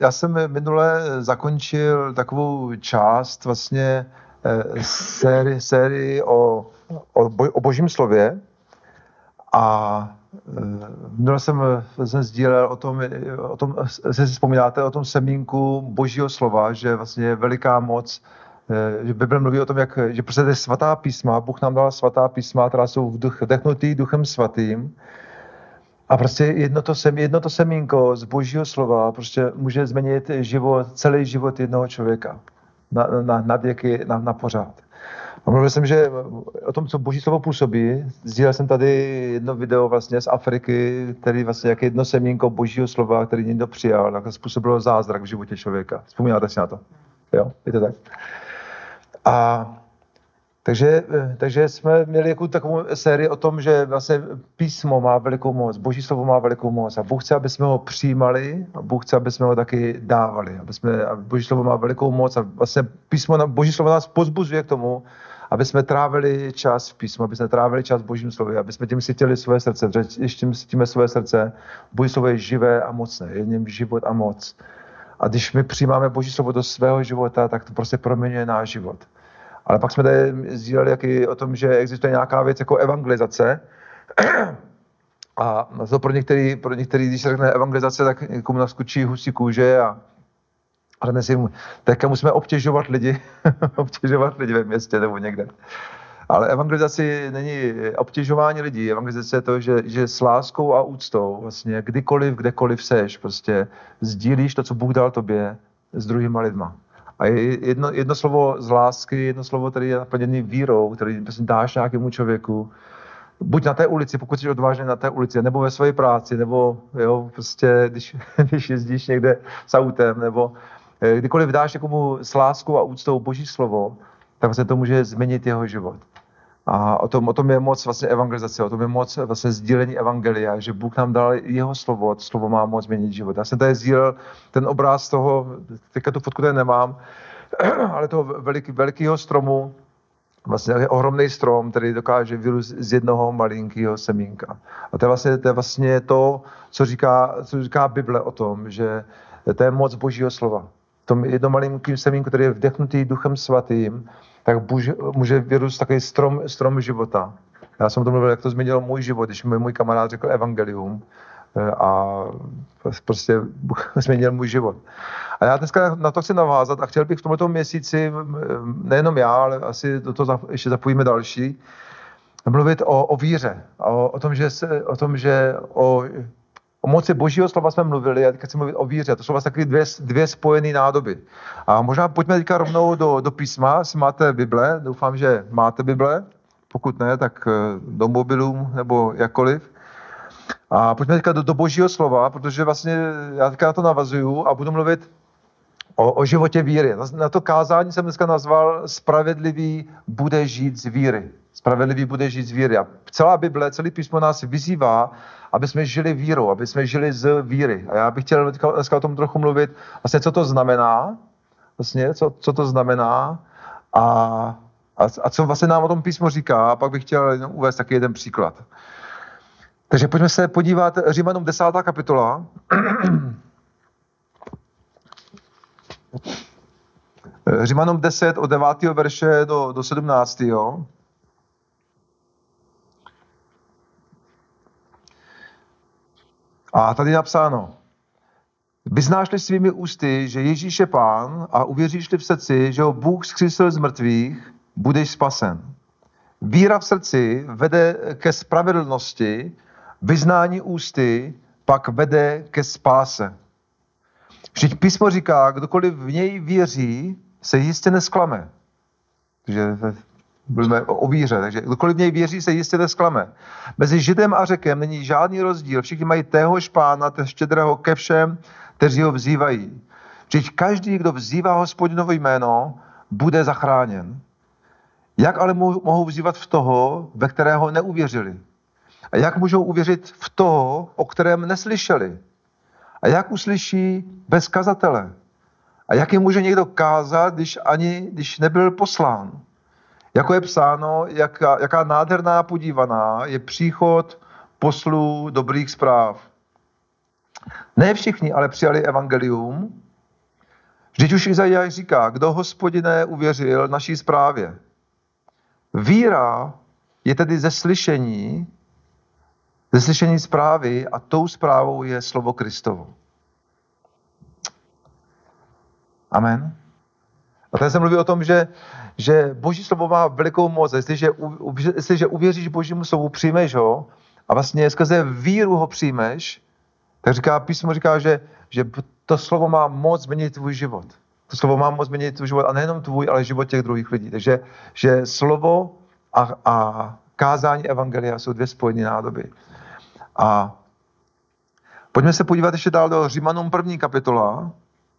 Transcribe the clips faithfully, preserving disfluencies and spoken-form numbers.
já jsem minule zakončil takovou část vlastně sérii, sérii o, o, boj, o božím slově a minule jsem, jsem sdílel o tom, o tom, si vzpomínáte o tom semínku božího slova, že vlastně je veliká moc, že Bible mluví o tom, jak, že prostě to je svatá písma, Bůh nám dal svatá písma, která jsou vdechnutý duchem svatým. A prostě jedno to, sem, jedno to semínko z božího slova prostě může změnit život, celý život jednoho člověka na, na, na věky, na, na pořád. A mluvil jsem, že o tom, co boží slovo působí, sdílel jsem tady jedno video vlastně z Afriky, který vlastně jak jedno semínko božího slova, který někdo přijal, tak způsobilo zázrak v životě člověka. Vzpomínáte si na to? Jo, je to tak. A Takže, takže jsme měli jako takovou sérii o tom, že vlastně písmo má velikou moc, boží slovo má velikou moc a Bůh chce, aby jsme ho přijímali a Bůh chce, aby jsme ho taky dávali. Aby jsme, a boží slovo má velikou moc a vlastně písmo, boží slovo nás pozbuzuje k tomu, aby jsme trávili čas v písmu, aby jsme trávili čas v božím slově, aby jsme tím sytili své srdce, protože ještě sytíme své srdce, boží slovo je živé a mocné, je v něm život a moc. A když my přijímáme boží slovo do svého života, tak to prostě proměňuje náš život. Ale pak jsme tady sdíleli jaký, o tom, že existuje nějaká věc jako evangelizace. A to pro některý, pro některý, když se řekne evangelizace, tak někomu naskučí husí kůže a, a řekne si, teďka musíme obtěžovat lidi, obtěžovat lidi ve městě nebo někde. Ale evangelizace není obtěžování lidí, evangelizace je to, že, že s láskou a úctou vlastně kdykoliv, kdekoliv seš, prostě sdílíš to, co Bůh dal tobě s druhýma lidma. A jedno, jedno slovo z lásky, jedno slovo, které je naplněné vírou, který prostě dáš nějakému člověku, buď na té ulici, pokud jsi odvážný na té ulici, nebo ve své práci, nebo jo, prostě, když, když jezdíš někde s autem, nebo kdykoliv dáš někomu s láskou a úctou boží slovo, tak vlastně to může změnit jeho život. A o tom, o tom je moc vlastně evangelizace, o tom je moc vlastně sdílení evangelia, že Bůh nám dal jeho slovo, to slovo má moc změnit život. Já jsem tady sdílel ten obraz toho, teďka tu fotku tady nemám, ale toho veliký, velikého stromu, vlastně ohromný strom, který dokáže vyrůst z jednoho malinkého semínka. A to je vlastně to, je vlastně to co, říká, co říká Bible o tom, že to je moc božího slova. V tom jednom malinkém semínku, který je vdechnutý duchem svatým, tak může, může vyrůst takový strom, strom života. Já jsem o tom mluvil, jak to změnilo můj život, když mi můj kamarád řekl evangelium a prostě změnil můj život. A já dneska na to chci navázat a chtěl bych v tomto měsíci, nejenom já, ale asi do toho ještě zapojíme další, mluvit o, o víře. O, o tom, že, se, o, tom, že o, o moci božího slova jsme mluvili a teď chci mluvit o víře. To jsou vlastně takové dvě, dvě spojené nádoby. A možná pojďme teďka rovnou do, do písma, jestli máte Bible, doufám, že máte Bible, pokud ne, tak do mobilů nebo jakkoliv. A pojďme teďka do, do božího slova, protože vlastně já teďka na to navazuju a budu mluvit o, o životě víry. Na, na to kázání jsem dneska nazval Spravedlivý bude žít z víry. Spravedlivý bude žít z víry. A celá Bible, celý písmo nás vyzývá, aby jsme žili vírou, aby jsme žili z víry. A já bych chtěl dneska o tom trochu mluvit, vlastně co to znamená, vlastně, co, co to znamená a, a, a co vlastně nám o tom písmo říká. A pak bych chtěl uvést taky jeden příklad. Takže pojďme se podívat Římanům desátá kapitola. Římanům deset od devátého verše do, do sedmnáctého. A tady je napsáno: Vyznáš-li svými ústy, že Ježíš je Pán a uvěříš-li v srdci, že ho Bůh vzkřísil z mrtvých, budeš spasen. Víra v srdci vede ke spravedlnosti, vyznání ústy pak vede ke spáse. Vždyť písmo říká, kdokoliv v něj věří, se jistě nesklame. Takže budeme o víře, takže kdokoliv v něj věří, se jistě nesklame. Mezi Židem a Řekem není žádný rozdíl, všichni mají téhož Pána, též štědrého ke všem, kteří ho vzývají. Vždyť každý, kdo vzývá Hospodinovo jméno, bude zachráněn. Jak ale mohou vzývat v toho, ve kterého neuvěřili? A jak můžou uvěřit v toho, o kterém neslyšeli? A jak uslyší bez kazatele? A jak jim může někdo kázat, když ani když nebyl poslán? Jako je psáno, jaká, jaká nádherná podívaná je příchod poslů dobrých zpráv. Ne všichni ale přijali evangelium, Vždyť už Izajáš říká, kdo Hospodine uvěřil naší zprávě. Víra je tedy ze slyšení, ze slyšení zprávy a tou zprávou je slovo Kristovo. Amen. A tady se mluví o tom, že, že Boží slovo má velikou moc. Jestliže, jestliže uvěříš Božímu slovu, přijmeš ho a vlastně skrze víru ho přijmeš, tak říká, písmo říká, že, že to slovo má moc změnit tvůj život. To slovo má moc změnit tvůj život a nejenom tvůj, ale život těch druhých lidí. Takže že slovo a, a kázání evangelia jsou dvě spojené nádoby. A pojďme se podívat ještě dál do Římanům první kapitola.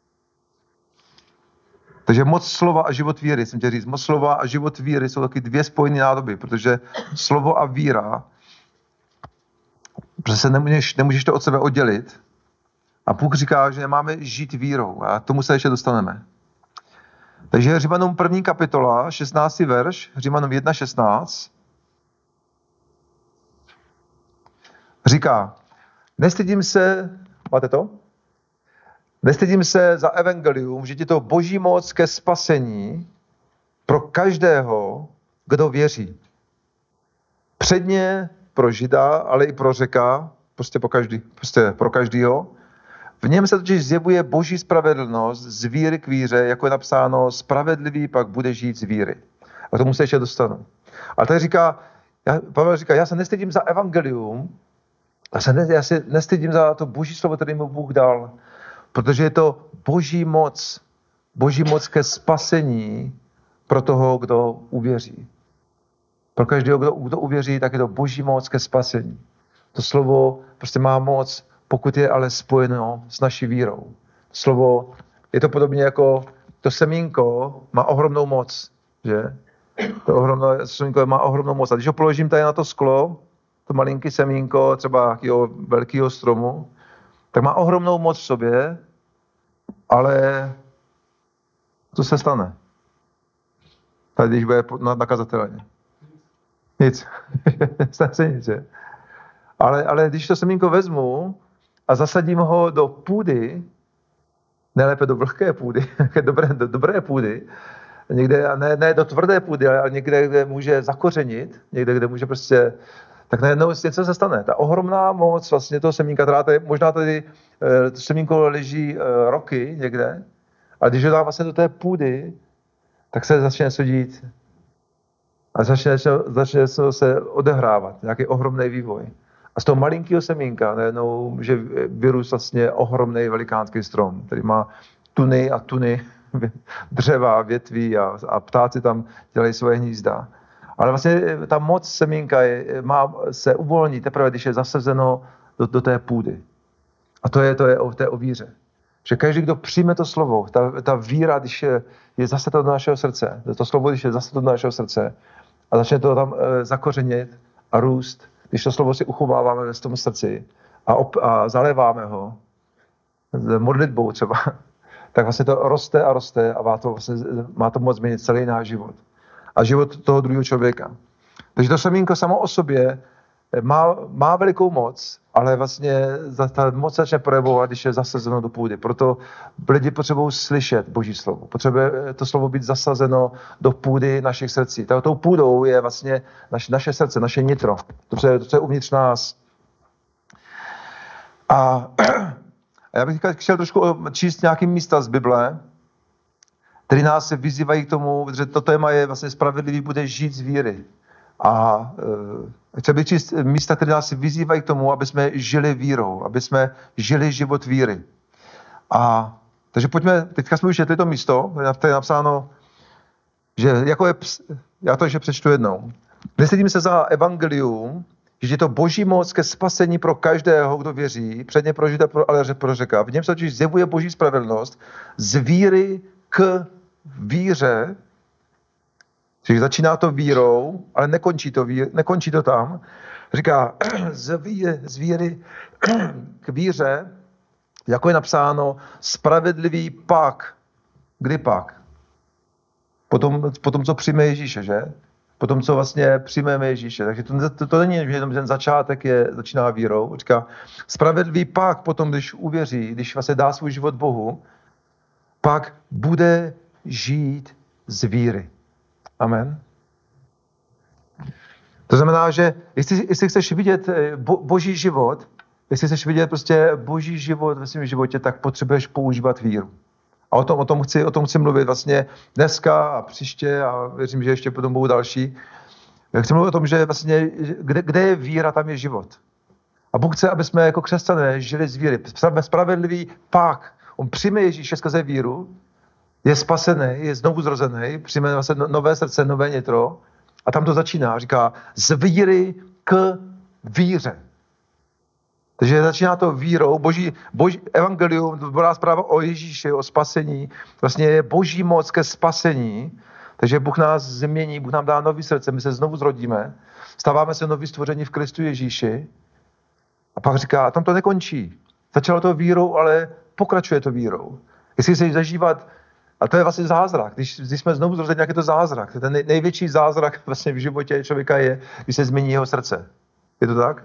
Takže moc slova a život víry, jsem chtěl říct, moc slova a život víry jsou taky dvě spojené nádoby, protože slovo a víra, protože se nemůžeš, nemůžeš to od sebe oddělit. A Bůh říká, že máme žít vírou a tomu se ještě dostaneme. Takže Římanům první kapitola, šestnáctý verš, Římanům jedna šestnáct, říká, nestydím se, máte to? Nestydím se za evangelium, že je to boží moc ke spasení pro každého, kdo věří. Předně pro Žida, ale i pro Řeka, prostě, po každý, prostě pro každýho. V něm se totiž zjevuje boží spravedlnost z víry k víře, jako je napsáno, spravedlivý pak bude žít z víry. A k tomu se ještě dostanu. Ale tady říká, já, Pavel říká, já se nestydím za evangelium, já se, ne, já se nestydím za to boží slovo, které mu Bůh dal, protože je to boží moc, boží moc ke spasení pro toho, kdo uvěří. Pro každého, kdo, kdo uvěří, tak je to boží moc ke spasení. To slovo prostě má moc, pokud je ale spojeno s naší vírou. Slovo, je to podobně jako to semínko má ohromnou moc, že? To ohromné semínko má ohromnou moc. A když ho položím tady na to sklo, to malinký semínko, třeba nějakého velkého stromu, tak má ohromnou moc v sobě, ale co se stane? Tady, když bude nakazatelně. Nic. Stane se nic, že? Ale, ale když to semínko vezmu a zasadím ho do půdy, nejlépe do vlhké půdy, dobré, do dobré půdy, někde, ne, ne do tvrdé půdy, ale někde, kde může zakořenit, někde, kde může prostě, tak najednou něco se stane. Ta ohromná moc vlastně toho semínka, která tady, možná tady to semínko leží roky někde, ale když ho dám vlastně do té půdy, tak se začne něco dít. A začne, začne se odehrávat, nějaký ohromný vývoj. A z toho malinkého semínka najednou může vyrůst vlastně ohromný velikánský strom, který má tuny a tuny dřeva, větví a, a ptáci tam dělají svoje hnízda. Ale vlastně ta moc semínka je, má, se uvolní teprve, když je zasazeno do, do té půdy. A to je, to je o té o víře. Že každý, kdo přijme to slovo, ta, ta víra, když je, je zaseto do našeho srdce, to slovo, když je zaseto do našeho srdce a začne to tam e, zakořenit a růst, když to slovo si uchováváme ve tom srdci a, op, a zaléváme ho modlitbou třeba, tak vlastně to roste a roste a má to, vlastně, má to moc změnit celý náš život. A život toho druhého člověka. Takže to semínko samo o sobě má, má velikou moc, ale vlastně ta moc začne projevovat, když je zasazeno do půdy. Proto lidi potřebují slyšet Boží slovo. Potřebuje to slovo být zasazeno do půdy našich srdcí. Tou půdou je vlastně naš, naše srdce, naše nitro. To, co je, to, co je uvnitř nás. A, a já bych chtěl trošku číst nějaký místa z Bible, který nás vyzývají k tomu, že to téma je vlastně spravedlivý bude žít z víry. A e, chtěl bych číst místa, které nás vyzývají k tomu, aby jsme žili vírou, aby jsme žili život víry. A takže pojďme, teďka jsme už četli to místo, tady je napsáno, že jako je, já to ještě přečtu jednou. Nestydím se za evangelium, že je to boží moc ke spasení pro každého, kdo věří, předně pro Žida, ale pro Řeka. V něm se totiž zjevuje boží spravedlnost z víry k víře. Čiže začíná to vírou, ale nekončí to, vír, nekončí to tam. Říká, z víry, z víry k víře, jako je napsáno, spravedlivý pak. Kdy pak? Potom, potom co přijme Ježíše, že? Potom, co vlastně přijmeme Ježíše. Takže to, to, to není, že jenom ten začátek je, začíná vírou. Říká, spravedlivý pak potom, když uvěří, když vlastně dá svůj život Bohu, pak bude žít z víry. Amen. To znamená, že jestli, jestli chceš vidět bo, boží život, jestli chceš vidět prostě boží život ve svém životě, tak potřebuješ používat víru. A o tom, o tom, chci, o tom chci mluvit vlastně dneska a příště a věřím, že ještě potom budou další. Chci mluvit o tom, že vlastně kde, kde je víra, tam je život. A Bůh chce, aby jsme jako křesťané žili z víry. Jsme spravedliví pak. On přijme Ježíše skrze víru, je spasený, je znovu zrozený, přijme vlastně nové srdce, nové nitro a tam to začíná. Říká z víry k víře. Takže začíná to vírou, boží, boží evangelium, dobrá zpráva o Ježíši, o spasení, vlastně je boží moc ke spasení, takže Bůh nás změní, Bůh nám dá nový srdce, my se znovu zrodíme, stáváme se nový stvoření v Kristu Ježíši a pak říká, a tam to nekončí. Začalo to vírou, ale pokračuje to vírou. Jestli chceš zažívat, a to je vlastně zázrak, když, když jsme znovu zrození, jak je to zázrak. Ten nej, největší zázrak vlastně v životě člověka je, když se změní jeho srdce. Je to tak?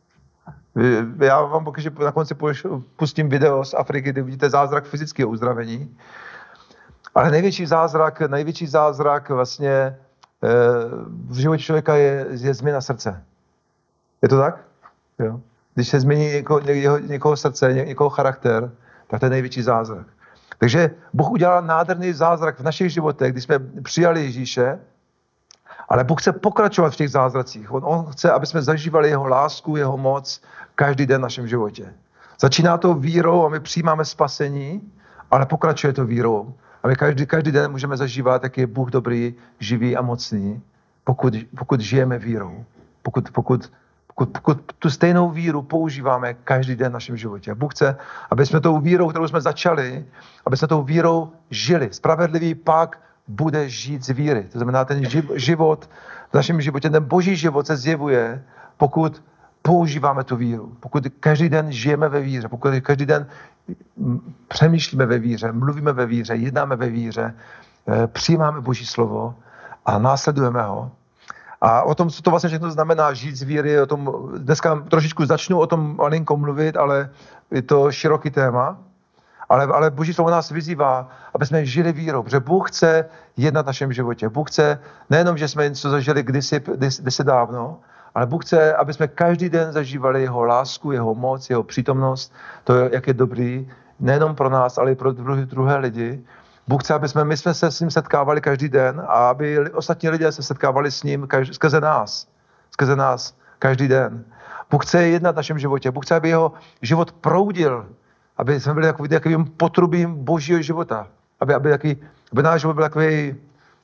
Já vám pokažu, na konci pustím video z Afriky, kde vidíte zázrak fyzického uzdravení. Ale největší zázrak, největší zázrak vlastně v životě člověka je, je změna srdce. Je to tak? Jo. Když se změní něko, někoho, někoho srdce, někoho charakter, tak to je největší zázrak. Takže Bůh udělal nádherný zázrak v našich životech, když jsme přijali Ježíše, ale Bůh chce pokračovat v těch zázracích. On, on chce, aby jsme zažívali jeho lásku, jeho moc každý den v našem životě. Začíná to vírou a my přijímáme spasení, ale pokračuje to vírou. A my každý, každý den můžeme zažívat, jak je Bůh dobrý, živý a mocný, pokud, pokud žijeme vírou. Pokud, pokud, pokud, pokud tu stejnou víru používáme každý den v našem životě. Bůh chce, aby jsme tou vírou, kterou jsme začali, aby jsme tou vírou žili. Spravedlivý pak bude žít z víry. To znamená, ten život v našem životě, ten boží život se zjevuje, pokud používáme tu víru. Pokud každý den žijeme ve víře, pokud každý den přemýšlíme ve víře, mluvíme ve víře, jednáme ve víře, přijímáme boží slovo a následujeme ho. A o tom, co to vlastně všechno znamená žít z víry, o tom dneska trošičku začnu o tom malinko mluvit, ale je to široký téma. Ale, ale boží slovo nás vyzývá, aby jsme žili vírou, protože Bůh chce jednat v našem životě. Bůh chce nejenom, že jsme něco zažili kdysi, kdysi dávno, ale Bůh chce, aby jsme každý den zažívali jeho lásku, jeho moc, jeho přítomnost, to, jak je dobrý, nejenom pro nás, ale i pro druhé, druhé lidi. Bůh chce, aby jsme, my jsme se s ním setkávali každý den a aby ostatní lidé se setkávali s ním každý, skrze nás. Skrze nás každý den. Bůh chce jednat v našem životě. Bůh chce, aby jeho život proudil, aby jsme byli takový, takovým potrubím božího života. Aby, aby, jaký, aby náš život byl takový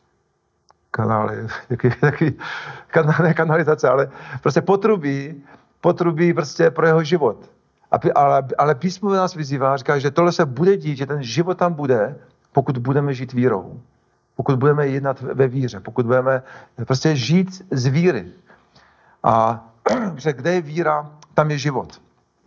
kanály, jaký, jaký kanály, kanalizace, ale prostě potrubí, potrubí prostě pro jeho život. Aby, ale, ale písmo nás vyzývá, říká, že tohle se bude dít, že ten život tam bude, pokud budeme žít vírou. Pokud budeme jednat ve víře, pokud budeme prostě žít z víry. A kde je víra, tam je život.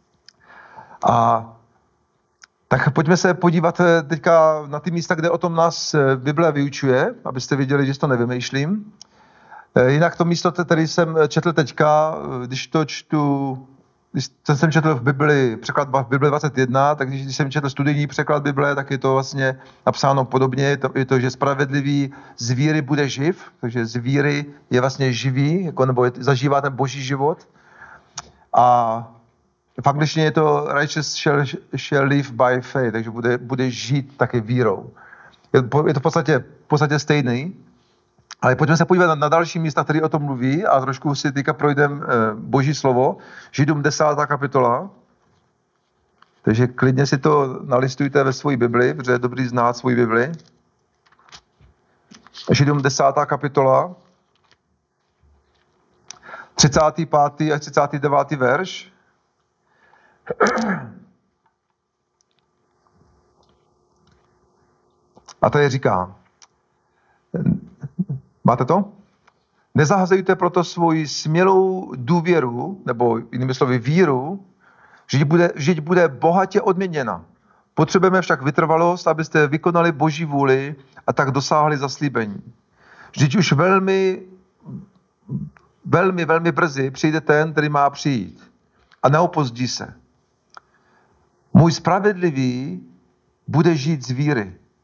A tak pojďme se podívat teďka na ty místa, kde o tom nás Bible vyučuje, abyste viděli, že to nevymýšlím. Jinak to místo, které jsem četl teďka, když to čtu, když jsem četl v Bibli, překlad v Bibli dvacet jedna, tak když jsem četl studijní překlad Bible, tak je to vlastně napsáno podobně, je to, je to že spravedlivý z víry bude živ, takže z víry je vlastně živý, jako, nebo je, zažívá ten boží život. A v angličtině je to righteous shall, shall live by faith, takže bude, bude žít také vírou. Je, je to v podstatě, v podstatě stejný, ale pojďme se podívat na, na další místa, které o tom mluví a trošku si teďka projdeme eh, boží slovo. Židům desátá kapitola. Takže klidně si to nalistujte ve své Bibli, protože je dobrý znát svoji Bibli. Židům desátá kapitola. třicátý pátý až třicátý devátý verš. A to je říká. Máte to? Nezahazejte proto svoji smělou důvěru, nebo jinými slovy víru, že bude, že bude bohatě odměněna. Potřebujeme však vytrvalost, abyste vykonali boží vůli a tak dosáhli zaslíbení. Vždyť už velmi, velmi, velmi brzy přijde ten, který má přijít. A neopozdí se. Můj spravedlivý bude žít z víry.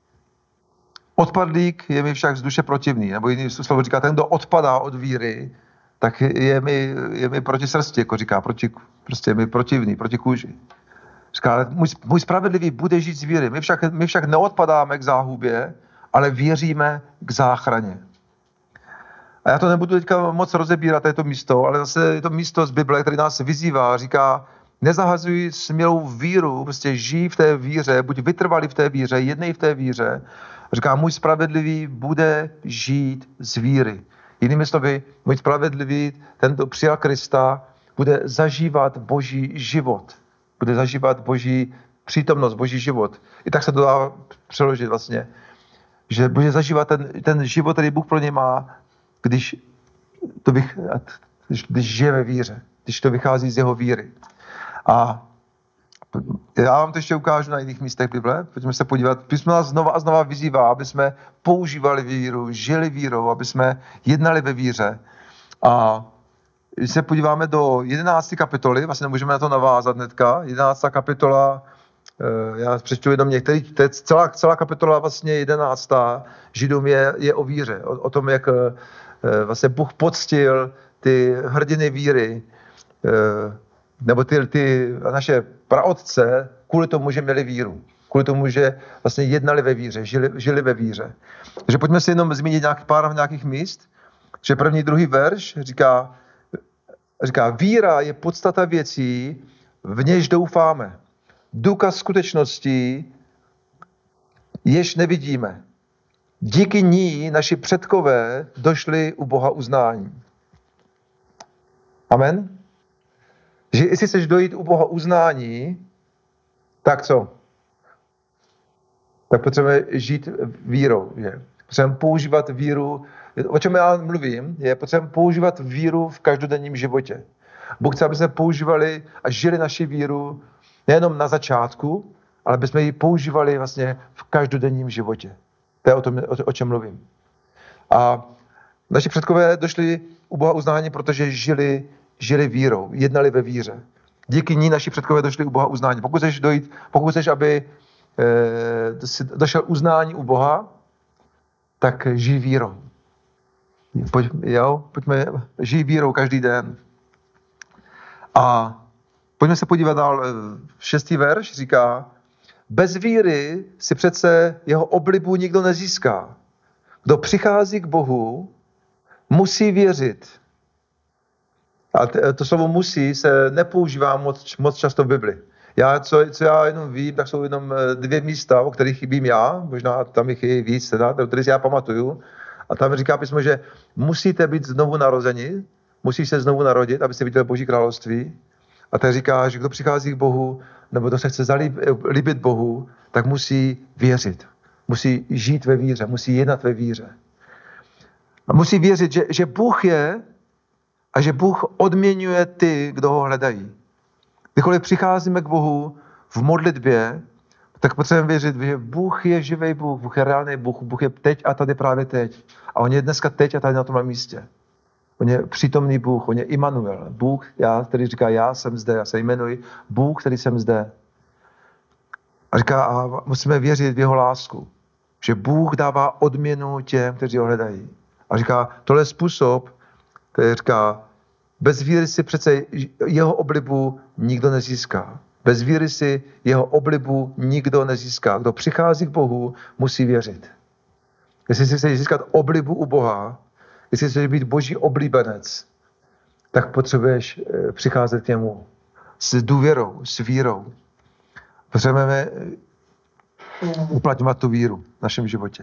Odpadlík je mi však z duše protivný, nebo jiný slovo říká, ten, kdo odpadá od víry, tak je mi, je mi proti srsti, jako říká, proti, prostě je mi protivný, proti kůži. Říká, ale můj, můj spravedlivý bude žít z víry. My však, my však neodpadáme k záhubě, ale věříme k záchraně. A já to nebudu teďka moc rozebírat, to místo, ale zase je to místo z Bible, který nás vyzývá, říká, nezahazuj smělou víru, prostě žij v té víře, buď vytrvalý v té víře, jednej v té víře. Říká, můj spravedlivý bude žít z víry. Jinými slovy, můj spravedlivý, ten, kdo přijal Krista, bude zažívat Boží život. Bude zažívat Boží přítomnost, Boží život. I tak se to dá přeložit vlastně. Že bude zažívat ten, ten život, který Bůh pro ně má, když, to vych, když, když žije ve víře. Když to vychází z jeho víry. A já vám to ještě ukážu na jiných místech Bible. Pojďme se podívat. Písmo nás znova a znova vyzývá, aby jsme používali víru, žili vírou, aby jsme jednali ve víře. A když se podíváme do jedenácté kapitoly, vlastně nemůžeme na to navázat hnedka, jedenáctá kapitola, já přečtu jenom některý, to je celá, celá kapitola vlastně jedenáctá Židům je, je o víře, o, o tom, jak vlastně Bůh poctil ty hrdiny víry, nebo ty, ty naše praotce kvůli tomu, že měli víru. Kvůli tomu, že vlastně jednali ve víře, žili, žili ve víře. Takže pojďme si jenom zmínit nějak, pár nějakých míst, že první, druhý verš říká, říká, víra je podstata věcí, v něž doufáme. Důkaz skutečností, jež nevidíme. Díky ní naši předkové došli u Boha uznání. Amen? Že jestli chceš dojít u Boha uznání, tak co? Tak potřebujeme žít vírou. Že? Potřebujeme používat víru. O čem já mluvím, je potřebujeme používat víru v každodenním životě. Bůh chce, aby jsme používali a žili naši víru nejenom na začátku, ale aby jsme ji používali vlastně v každodenním životě. To je o tom, o, o čem mluvím. A naši předkové došli u Boha uznání, protože žili, žili vírou, jednali ve víře. Díky ní naši předkové došli u Boha uznání. Pokud chceš dojít, pokud chceš, aby e, došel uznání u Boha, tak žij vírou. Pojď, jo, pojďme, žij vírou každý den. A pojďme se podívat dál. Šestý verš říká, bez víry si přece jeho oblibu nikdo nezíská. Kdo přichází k Bohu, musí věřit. A to slovo musí se nepoužívá moc, moc často v Bibli. Já, co, co já jenom vím, tak jsou jenom dvě místa, o kterých chybím já, možná tam jich je víc, teda, které si já pamatuju. A tam říká písmo, že musíte být znovu narozeni, musíš se znovu narodit, abyste viděli Boží království. A tak říká, že kdo přichází k Bohu, nebo kdo se chce zalíbit Bohu, tak musí věřit. Musí žít ve víře, musí jednat ve víře. A musí věřit, že, že Bůh je a že Bůh odměňuje ty, kdo ho hledají. Kdykoliv přicházíme k Bohu v modlitbě, tak potřebujeme věřit, že Bůh je živý Bůh, Bůh je reálný Bůh, Bůh je teď a tady právě teď. A on je dneska teď a tady na tomhle místě. On je přítomný Bůh, on je Immanuel. Bůh, já, který říká, já jsem zde, já se jmenuji Bůh, který jsem zde. A říká, a musíme věřit v jeho lásku. Že Bůh dává odměnu těm, kteří ho hledají. A říká, tohle je způsob, který říká, bez víry si přece jeho oblibu nikdo nezíská. Bez víry si jeho oblibu nikdo nezíská. Kdo přichází k Bohu, musí věřit. Jestli si chceš získat oblibu u Boha, jestli chceš být Boží oblíbenec, tak potřebuješ přicházet k němu s důvěrou, s vírou. Potřebujeme uplatňovat tu víru v našem životě.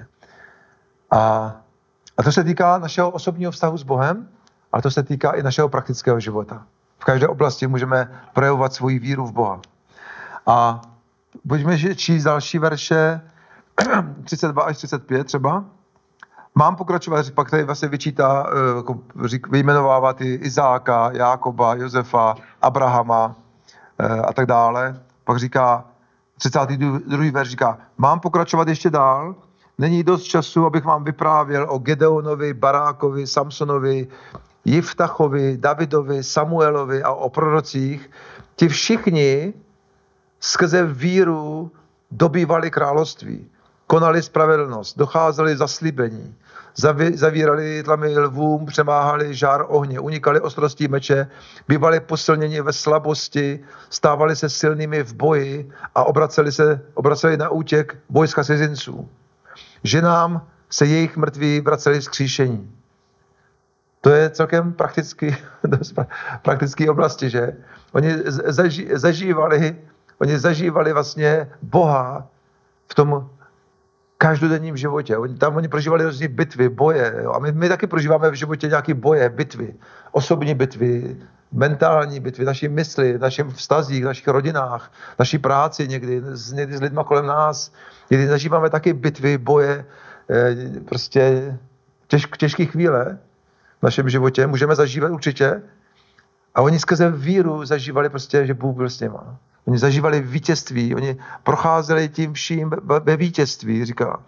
A, a to se týká našeho osobního vztahu s Bohem, ale to se týká i našeho praktického života. V každé oblasti můžeme projevovat svoji víru v Boha. A pojďme číst další verše, třicet dva až třicet pět třeba. Mám pokračovat, pak tady vlastně vyčítá, vyjmenovává ty Izáka, Jákoba, Josefa, Abrahama a tak dále. Pak říká, třicátý druhý verš říká, mám pokračovat ještě dál, není dost času, abych vám vyprávěl o Gedeonovi, Barákovi, Samsonovi, Jiftachovi, Davidovi, Samuelovi a o prorocích. Ti všichni skrze víru dobývali království. konali spravedlnost, docházeli zaslíbení, zavírali tlamy lvům, přemáhali žár ohně, unikali ostrostí meče, bývali posilněni ve slabosti, stávali se silnými v boji a obraceli se obraceli na útěk vojska cizinců. Ženám se jejich mrtví vraceli z kříšení. To je celkem praktický, praktický oblasti, že? Oni zaži, zažívali, oni zažívali vlastně Boha v tom každodenním životě. Oni, tam oni prožívali různé bitvy, boje. Jo? A my, my taky prožíváme v životě nějaké boje, bitvy. Osobní bitvy, mentální bitvy, naší mysli, našich vztazích, našich rodinách, naší práci někdy, někdy s lidma kolem nás. Někdy zažíváme taky bitvy, boje, prostě těžk, těžké chvíle v našem životě. Můžeme zažívat určitě. A oni skrze víru zažívali prostě, že Bůh byl s nima. Oni zažívali vítězství, oni procházeli tím vším ve vítězství, říká.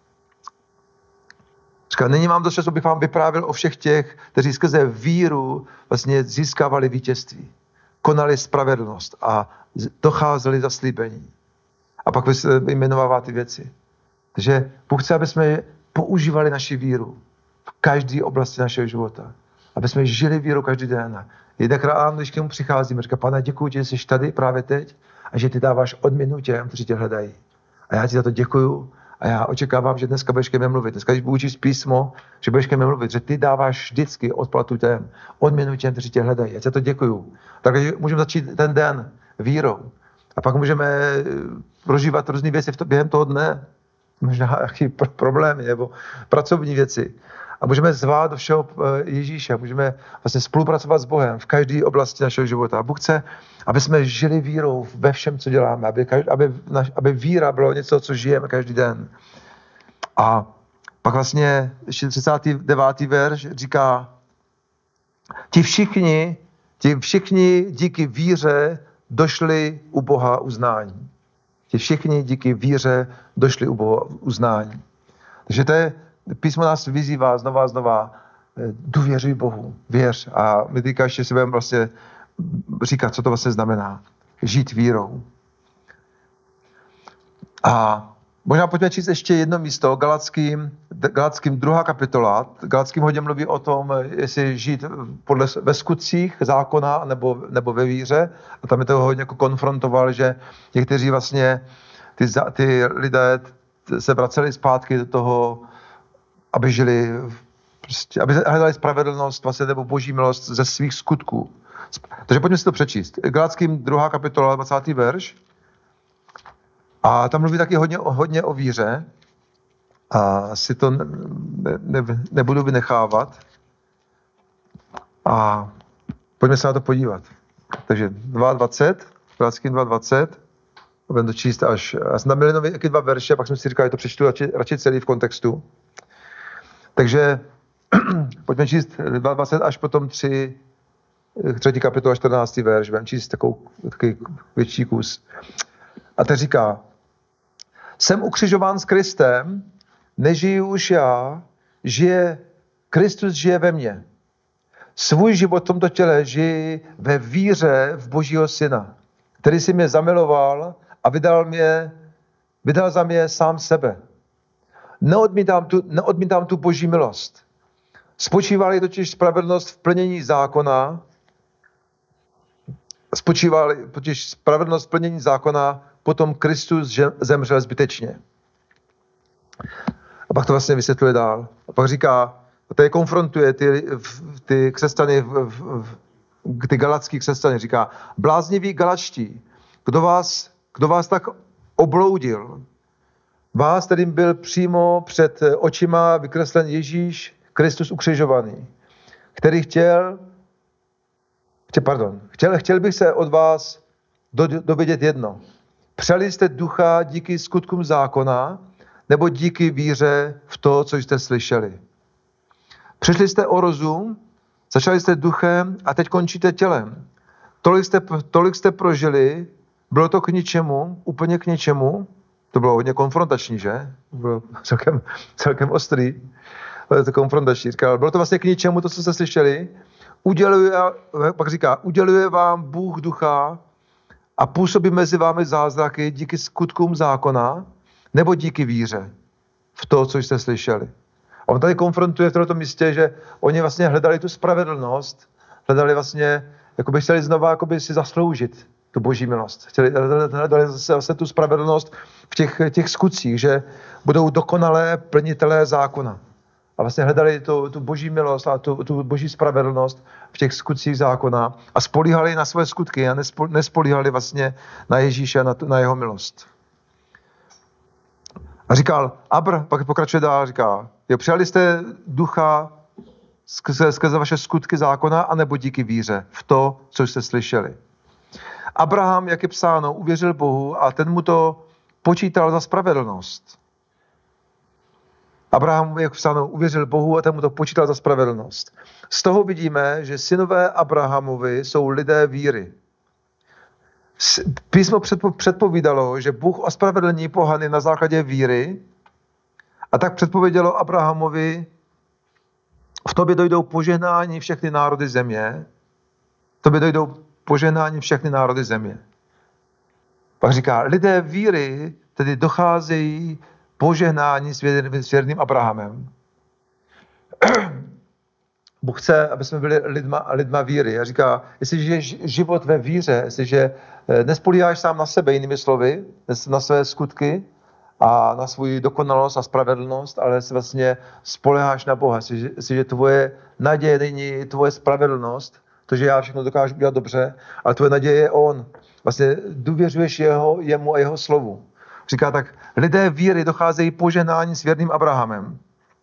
Říká, nyní mám dost času, abych vám vyprávěl o všech těch, kteří skrze víru vlastně získávali vítězství. Konali spravedlnost a docházeli zaslíbení. A pak vyjmenovává ty věci. Takže Bůh chce, aby jsme používali naši víru v každé oblasti našeho života. Aby jsme žili víru každý den. Jednak ráno, když k němu přicházíme, říká, Pane, děkuji ti, že jsi tady právě teď a že ty dáváš odměnu těm, kteří tě hledají. A já ti za to děkuju a já očekávám, že dneska budeš ke mně mluvit. Dneska, když budu učit písmo, že budeš ke mně mluvit, že ty dáváš vždycky odplatu těm, odměnu těm, kteří tě hledají. Já ti za to děkuju. Takže můžeme začít ten den vírou. A pak můžeme prožívat různé věci během toho dne. Možná nějaké problémy nebo pracovní věci. A můžeme zvát do všeho Ježíše, můžeme vlastně spolupracovat s Bohem v každé oblasti našeho života. A Bůh chce, aby jsme žili vírou ve všem, co děláme, aby, aby, aby víra bylo něco, co žijeme každý den. A pak vlastně ještě třicátý devátý verš říká, ti všichni, ti všichni díky víře došli u Boha uznání. Ti všichni díky víře došli u Boha uznání. Takže to je, písmo nás vyzývá znova a znova, důvěřuj Bohu, věř. A my teďka ještě si budeme vlastně říkat, co to vlastně znamená. Žít vírou. A možná pojďme číst ještě jedno místo, Galackým, Galackým druhá kapitola. Galackým hodně mluví o tom, jestli žít podle, ve skutcích zákona nebo, nebo ve víře. A tam je to hodně jako konfrontoval, že někteří vlastně ty, ty lidé se vraceli zpátky do toho, aby žili, prostě, aby hledali spravedlnost vlastně, nebo boží milost ze svých skutků. Takže pojďme si to přečíst. Galackým druhá kapitola, dvacátý verš. A tam mluví taky hodně, hodně o víře. A si to ne, ne, nebudu vynechávat. A pojďme se na to podívat. Takže dvacet dva, Galackým dva dvacet. Budeme to číst až. Já jsem tam měl jenom dva verše, pak jsem si říkal, že to přečtu radši, radši celý v kontextu. Takže pojďme číst dva dvacet až potom tři, třetí kapitola, čtrnáctý verš. Budeme číst takovou, takový větší kus. A teď říká, jsem ukřižován s Kristem, nežiju už já, žije, Kristus žije ve mně. Svůj život v tomto těle žiji ve víře v Božího Syna, který si mě zamiloval a vydal, mě, vydal za mě sám sebe. Neodmítám tu, neodmítám tu Boží milost. Spočívá-li totiž spravedlnost v plnění zákona, spočívá-li totiž spravedlnost v plnění zákona, potom Kristus zemřel zbytečně. A pak to vlastně vysvětluje dál. A pak říká, a tady konfrontuje ty, ty křesťany, ty galacký křesťany, říká, blázniví galačtí, kdo vás, kdo vás tak obloudil, vás, kterým byl přímo před očima vykreslen Ježíš Kristus ukřižovaný, který chtěl, pardon, chtěl, chtěl bych se od vás do, dovědět jedno. Přeli jste ducha díky skutkům zákona, nebo díky víře v to, co jste slyšeli? Přišli jste o rozum, začali jste duchem a teď končíte tělem. Tolik jste, tolik jste prožili, bylo to k ničemu, úplně k ničemu. To bylo hodně konfrontační, že? Bylo celkem, celkem ostrý. Bylo to konfrontační. Říkal, bylo to vlastně k ničemu, to, co jste slyšeli. Uděluje, pak říká, uděluje vám Bůh ducha a působí mezi vámi zázraky díky skutkům zákona, nebo díky víře v to, co jste slyšeli. A on tady konfrontuje v tomto místě, že oni vlastně hledali tu spravedlnost, hledali vlastně, jakoby chtěli znova jakoby si zasloužit tu boží milost. Chtěli, hledali zase, zase tu spravedlnost v těch, těch skutcích, že budou dokonalé plnitelé zákona. A vlastně hledali tu, tu boží milost a tu, tu boží spravedlnost v těch skutcích zákona a spolíhali na své skutky a nespolíhali vlastně na Ježíše a na, na jeho milost. A říkal, Abr, pak pokračuje dál, říká, jo, přijali jste ducha skrze, skrze vaše skutky zákona, anebo díky víře v to, co jste slyšeli. Abraham, jak je psáno, uvěřil Bohu a ten mu to počítal za spravedlnost. Abraham, jak psáno, uvěřil Bohu a ten mu to počítal za spravedlnost. Z toho vidíme, že synové Abrahamovi jsou lidé víry. Písmo předpovídalo, že Bůh ospravedlní pohany na základě víry a tak předpovědělo Abrahamovi, v tobě dojdou požehnání všechny národy země, v tobě dojdou požehnání všechny národy země. Pak říká, lidé víry tedy docházejí požehnání s věrným Abrahamem. Bůh chce, aby jsme byli lidma, lidma víry. A říká, jestliže je život ve víře, jestliže nespolíháš sám na sebe, jinými slovy, na své skutky a na svou dokonalost a spravedlnost, ale si vlastně spoléháš na Boha. Jestliže tvoje naděje není tvoje spravedlnost, to, že já všechno dokážu udělat dobře, ale tvoje naděje je on. Vlastně důvěřuješ jeho, jemu a jeho slovu. Říká tak, lidé víry docházejí požehnání s věrným Abrahamem.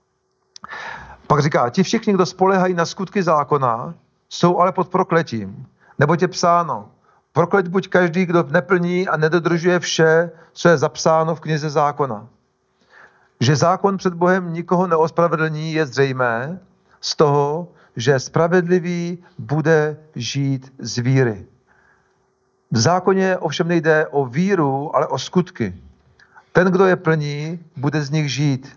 Pak říká, ti všichni, kdo spoléhají na skutky zákona, jsou ale pod prokletím. Neboť je psáno, prokleť buď každý, kdo neplní a nedodržuje vše, co je zapsáno v knize zákona. Že zákon před Bohem nikoho neospravedlní, je zřejmé z toho, že spravedlivý bude žít z víry. V zákoně ovšem nejde o víru, ale o skutky. Ten, kdo je plní, bude z nich žít.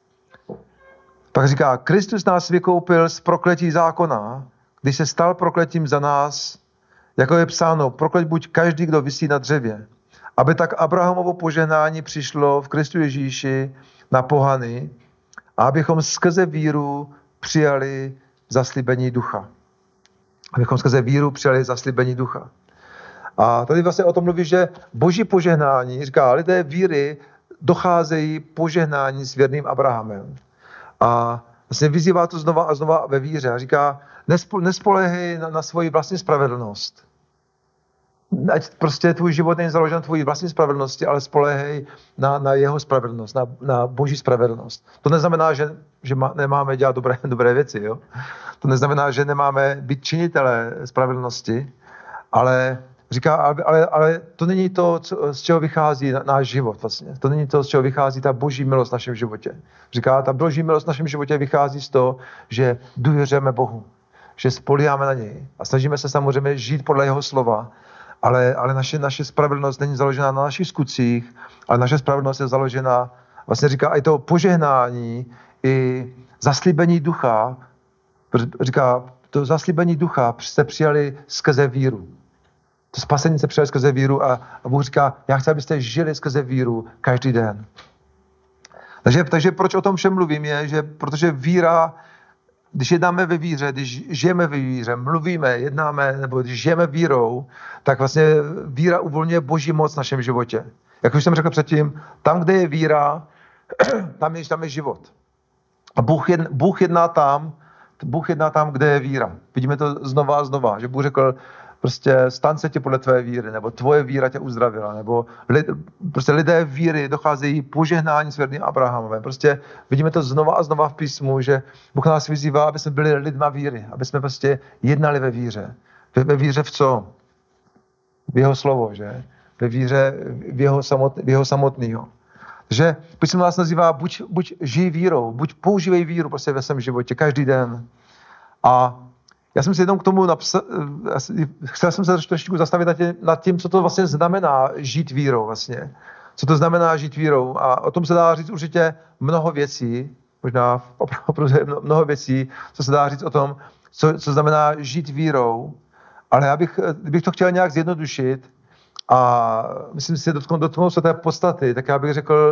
Pak říká, Kristus nás vykoupil z prokletí zákona, když se stal prokletím za nás, jako je psáno, prokleť buď každý, kdo visí na dřevě. Aby tak Abrahamovo požehnání přišlo v Kristu Ježíši na pohany a abychom skrze víru přijali zaslíbení ducha. Abychom skrze víru přijali zaslíbení ducha. A tady vlastně o tom mluví, že boží požehnání, říká, lidé víry docházejí požehnání s věrným Abrahamem. A vlastně vyzývá to znova a znova ve víře. A říká, nespoléhej na, na svoji vlastní spravedlnost. Ať prostě tvůj život není založen na tvojí vlastní spravedlnosti, ale spoléhej na, na jeho spravedlnost, na, na boží spravedlnost. To neznamená, že, že má, nemáme dělat dobré, dobré věci. Jo? To neznamená, že nemáme být činitelé spravedlnosti, ale říká, ale, ale to není to, co, z čeho vychází na, náš život vlastně. To není to, z čeho vychází ta boží milost v našem životě. Říká, ta boží milost v našem životě vychází z toho, že důvěřujeme Bohu, že spolíháme na něj a snažíme se samozřejmě žít podle jeho slova, ale, ale naše, naše spravedlnost není založena na našich skutcích, ale naše spravedlnost je založena, vlastně říká, i to požehnání, i zaslíbení ducha, říká, to zaslíbení ducha jste přijali skrze víru. To spasení se přijali skrze víru a, a Bůh říká, já chci, abyste žili skrze víru každý den. Takže, takže proč o tom všem mluvím je, že protože víra, když jednáme ve víře, když žijeme ve víře, mluvíme, jednáme, nebo když žijeme vírou, tak vlastně víra uvolňuje boží moc v našem životě. Jak už jsem řekl předtím, tam, kde je víra, tam je, tam je život. A Bůh, jedn, Bůh jedná tam, Bůh jedná tam, kde je víra. Vidíme to znova a znova, že Bůh řekl, prostě stan se ti podle tvé víry, nebo tvoje víra tě uzdravila, nebo lid, prostě lidé víry docházejí požehnání s věrným Abrahamem. Prostě vidíme to znova a znova v písmu, že Bůh nás vyzývá, aby jsme byli lidma víry, aby jsme prostě jednali ve víře. Ve, ve víře v co? V jeho slovo, že? Ve víře v jeho, samot, v jeho samotného. Takže písmo nás nazývá, buď, buď žij vírou, buď používej víru prostě ve svém životě každý den. A já jsem si jenom k tomu napsal, chtěl jsem se trošku zastavit nad tím, nad tím, co to vlastně znamená žít vírou vlastně. Co to znamená žít vírou. A o tom se dá říct určitě mnoho věcí, možná opravdu mnoho věcí, co se dá říct o tom, co, co znamená žít vírou. Ale já bych, bych to chtěl nějak zjednodušit a myslím si, dotknout, dotknout se té podstaty, tak já bych řekl,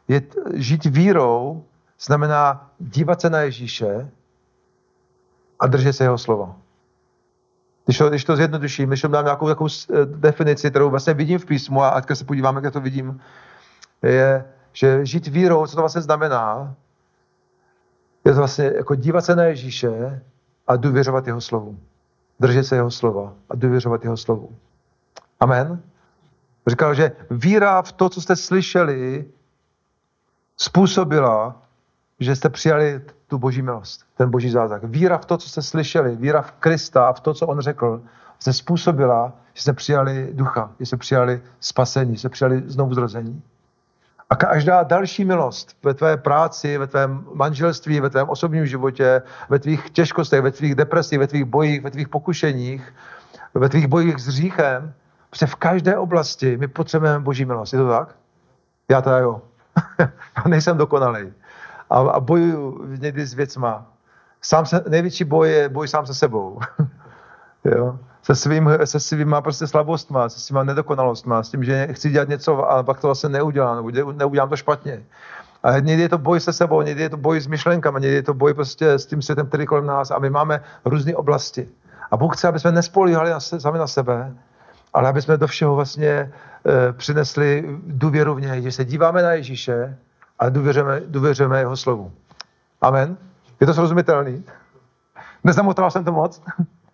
Je, žít vírou znamená dívat se na Ježíše a držet se jeho slova. Když to, když to zjednoduším, když to dám nějakou takovou definici, kterou vlastně vidím v písmu, a ať se podíváme, jak to vidím, je, že žít vírou, co to vlastně znamená, je to vlastně jako dívat se na Ježíše a důvěřovat jeho slovu. Držet se jeho slova a důvěřovat jeho slovu. Amen. Říkal, že víra v to, co jste slyšeli, způsobila, že jste přijali tu boží milost, ten boží zázrak. Víra v to, co jste slyšeli, víra v Krista a v to, co on řekl, se způsobila, že jste přijali ducha, že jste přijali spasení, že jste přijali znovu zrození. A každá další milost ve tvé práci, ve tvém manželství, ve tvém osobním životě, ve tvých těžkostech, ve tvých depresích, ve tvých bojích, ve tvých pokušeních, ve tvých bojích s hříchem, prostě v každé oblasti my potřebujeme boží milost. Je to tak? Já teda jo. Já nejsem dokonalej. A, a bojuju někdy s věcma. Sám se, největší boj je boj sám se sebou. Jo? Se, svým, se svýma prostě slabostma, se svýma nedokonalostma, s tím, že chci dělat něco a pak to vlastně neudělám, nebo neudělám to špatně. A někdy je to boj se sebou, někdy je to boj s myšlenkami, někdy je to boj prostě s tím světem, který kolem nás, a my máme různé oblasti. A Bůh chce, aby jsme nespolíhali na se, sami na sebe, ale aby jsme do všeho vlastně e, přinesli důvěru v něj, že se díváme na Ježíše a důvěřujeme, důvěřujeme jeho slovu. Amen. Je to srozumitelný? Nezamotal jsem to moc?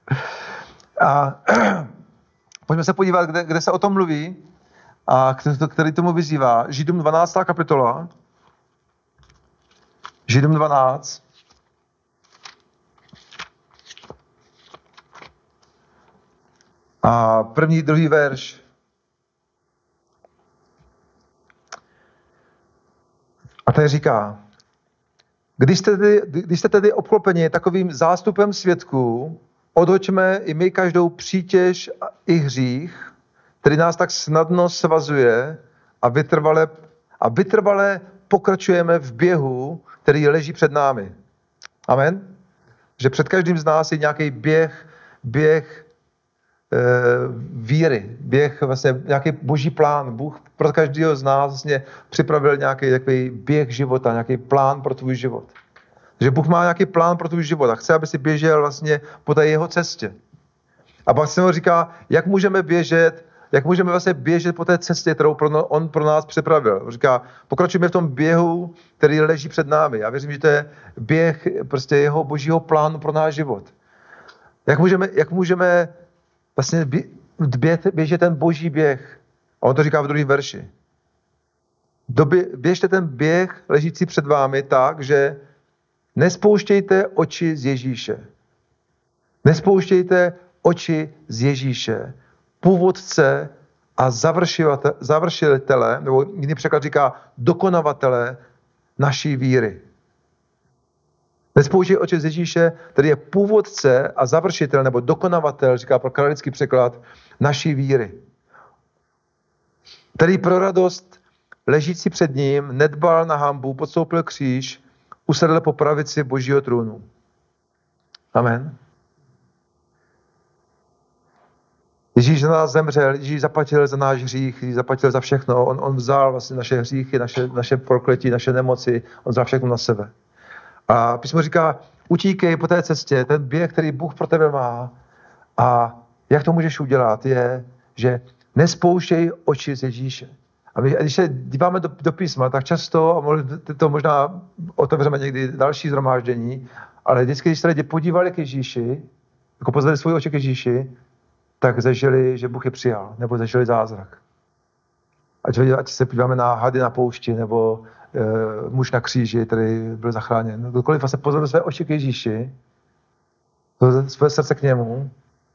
A pojďme se podívat, kde, kde se o tom mluví a který tomu vyzývá. Židům dvanáctá kapitola. Židům dvanáct. A první, druhý verš. A tady říká, když jste tedy, když jste tedy obklopeni takovým zástupem svědků, odhoďme i my každou přítěž i hřích, který nás tak snadno svazuje, a vytrvale, a vytrvale pokračujeme v běhu, který leží před námi. Amen? Že před každým z nás je nějaký běh, běh e, víry, běh, vlastně nějaký boží plán. Bůh pro každého z nás vlastně připravil nějaký takový běh života, nějaký plán pro tvůj život. Že Bůh má nějaký plán pro tvůj život a chce, aby si běžel vlastně po té jeho cestě. A pak se mu říká, jak můžeme běžet, jak můžeme vlastně běžet po té cestě, kterou pro, on pro nás připravil. On říká, pokračujeme v tom běhu, který leží před námi. Já věřím, že to je běh prostě jeho božího plánu pro náš život. Jak můžeme, jak můžeme vlastně běžet, běžet ten boží běh? A on to říká v druhém verši. Době, běžte ten běh ležící před vámi tak, že nespouštějte oči z Ježíše. Nespouštějte oči z Ježíše, původce a završitele, nebo jiný překlad říká dokonavatele naší víry. Nespouštějte oči z Ježíše, který je původce a završitel, nebo dokonavatel, říká pro kralický překlad, naší víry. Který pro radost ležící před ním nedbal na hanbu, podstoupil kříž, usedl po pravici božího trůnu. Amen. Ježíš za nás zemřel, Ježíš zaplatil za náš hřích, Ježíš zaplatil za všechno. On, on vzal vlastně naše hříchy, naše, naše prokletí, naše nemoci, on vzal všechno na sebe. A písmo říká, utíkej po té cestě, ten běh, který Bůh pro tebe má. A jak to můžeš udělat, je, že nespouštěj oči z Ježíše. A my, když se díváme do, do písma, tak často, a to možná otevřeme někdy další shromáždění, ale vždycky, když se lidi podívali k Ježíši, jako pozvali svůj oči k Ježíši, tak zažili, že Bůh je přijal, nebo zažili zázrak. Ať, ať se podíváme na hady na poušti, nebo e, muž na kříži, který byl zachráněn. Kdokoliv vlastně pozvali své oči k Ježíši, své srdce k němu,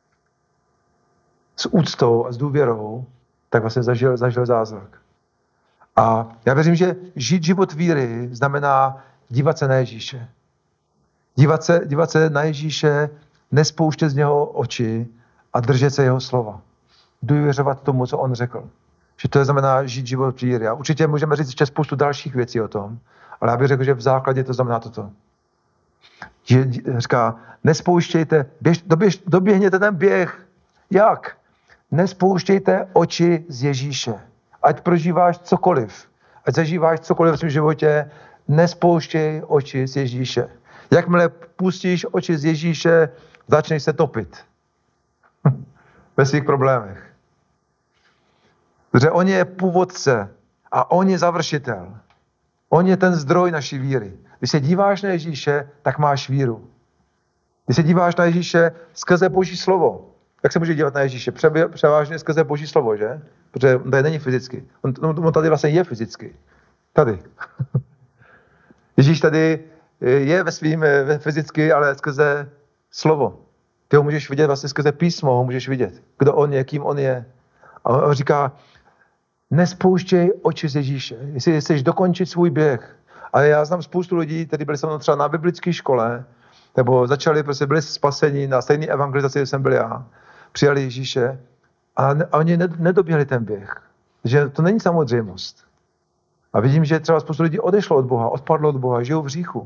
s úctou a s důvěrou, tak vlastně zažil, zažil zázrak. A já věřím, že žít život víry znamená dívat se na Ježíše. Dívat se, dívat se na Ježíše, nespouštět z něho oči a držet se jeho slova. Důvěřovat tomu, co on řekl. Že to znamená žít život víry. A určitě můžeme říct ještě spoustu dalších věcí o tom, ale já bych řekl, že v základě to znamená toto. Že říká, nespouštějte, běž, doběž, doběhněte ten běh. Jak? Nespouštějte oči z Ježíše. Ať prožíváš cokoliv. ať zažíváš cokoliv v svém životě, nespouštěj oči z Ježíše. Jakmile pustíš oči z Ježíše, začneš se topit ve svých problémech. Protože on je původce a on je završitel. On je ten zdroj naší víry. Když se díváš na Ježíše, tak máš víru. Když se díváš na Ježíše skrze Boží slovo, jak se může dívat na Ježíše? Převážně skrze Boží slovo, že? Protože on tady není fyzicky. On, on tady vlastně je fyzicky. Tady. Ježíš tady je ve svým ve fyzicky, ale skrze slovo. Ty ho můžeš vidět vlastně skrze písmo, ho můžeš vidět. Kdo on je, kým on je. A on říká, nespouštěj oči z Ježíše. Jestli chceš dokončit svůj běh. A já znám spoustu lidí, kteří byli se mnou třeba na biblické škole, nebo začali, prostě byli spaseni na stejné evangelizaci, kde jsem byl já. Přijali Ježíše a, ne, a oni nedoběhli ten běh. Že to není samozřejmost. A vidím, že třeba spoustu lidí odešlo od Boha, odpadlo od Boha, žijou v hříchu.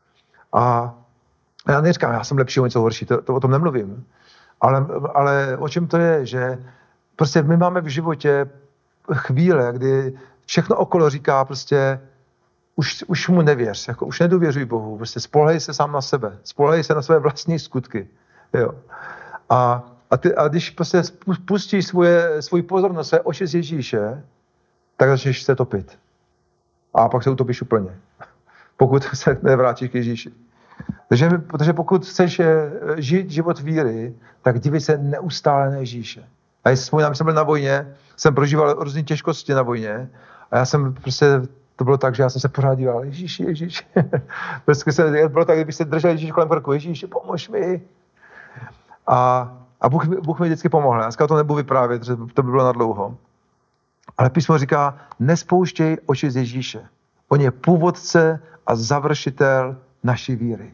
A já neříkám, já jsem lepší, oni jsou horší, to, to o tom nemluvím. Ale, ale o čem to je, že prostě my máme v životě chvíle, kdy všechno okolo říká prostě, už, už mu nevěř, jako už nedůvěřuj Bohu, prostě spolehej se sám na sebe, spolehej se na své vlastní skutky. Jo. A, a, ty, a když prostě pustíš svoje, svůj pozornost, své oči z Ježíše, tak začneš se topit. A pak se utopíš úplně. Pokud se nevrátíš k Ježíši. Takže, protože pokud chceš žít život víry, tak dívej se neustále na Ježíše. A jestli vzpomínám, jsem byl na vojně, jsem prožíval různé těžkosti na vojně a já jsem prostě, to bylo tak, že já jsem se pořád díval, Ježíši, Ježíši. Prostě se, bylo tak, kdybych se držel Ježíš kolem krku, Ježíši, pomož mi. A, a Bůh, Bůh mi vždycky pomohl. Já to nebudu vyprávět, protože to by bylo na dlouho. Ale písmo říká, nespouštěj oči z Ježíše. On je původce a završitel naší víry.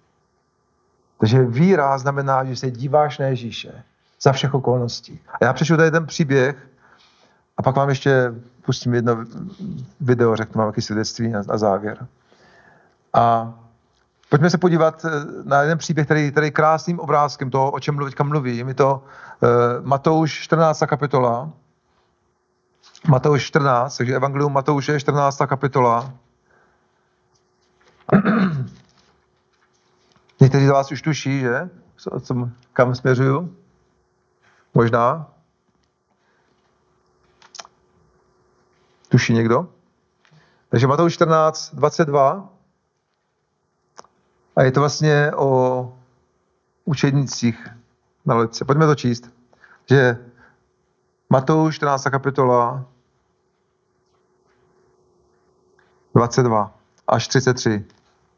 Takže víra znamená, že se díváš na Ježíše za všech okolností. A já přečtu tady ten příběh a pak vám ještě pustím jedno video, řeknu vám jaký svědectví na, na závěr. A pojďme se podívat na jeden příběh, který, který je krásným obrázkem toho, o čem teďka mluvím. Je to uh, Matouš čtrnáctá kapitola. Matouš čtrnáct, takže Evangelium Matouše čtrnáctá kapitola. Někteří z vás už tuší, že? Co, co, kam směřuju? Možná. Tuší někdo? Takže Matouš čtrnáct, dvacet dva. A je to vlastně o učednicích na loďce. Pojďme to číst. Že Matouš čtrnáctá kapitola dvacet dva až třicet tři.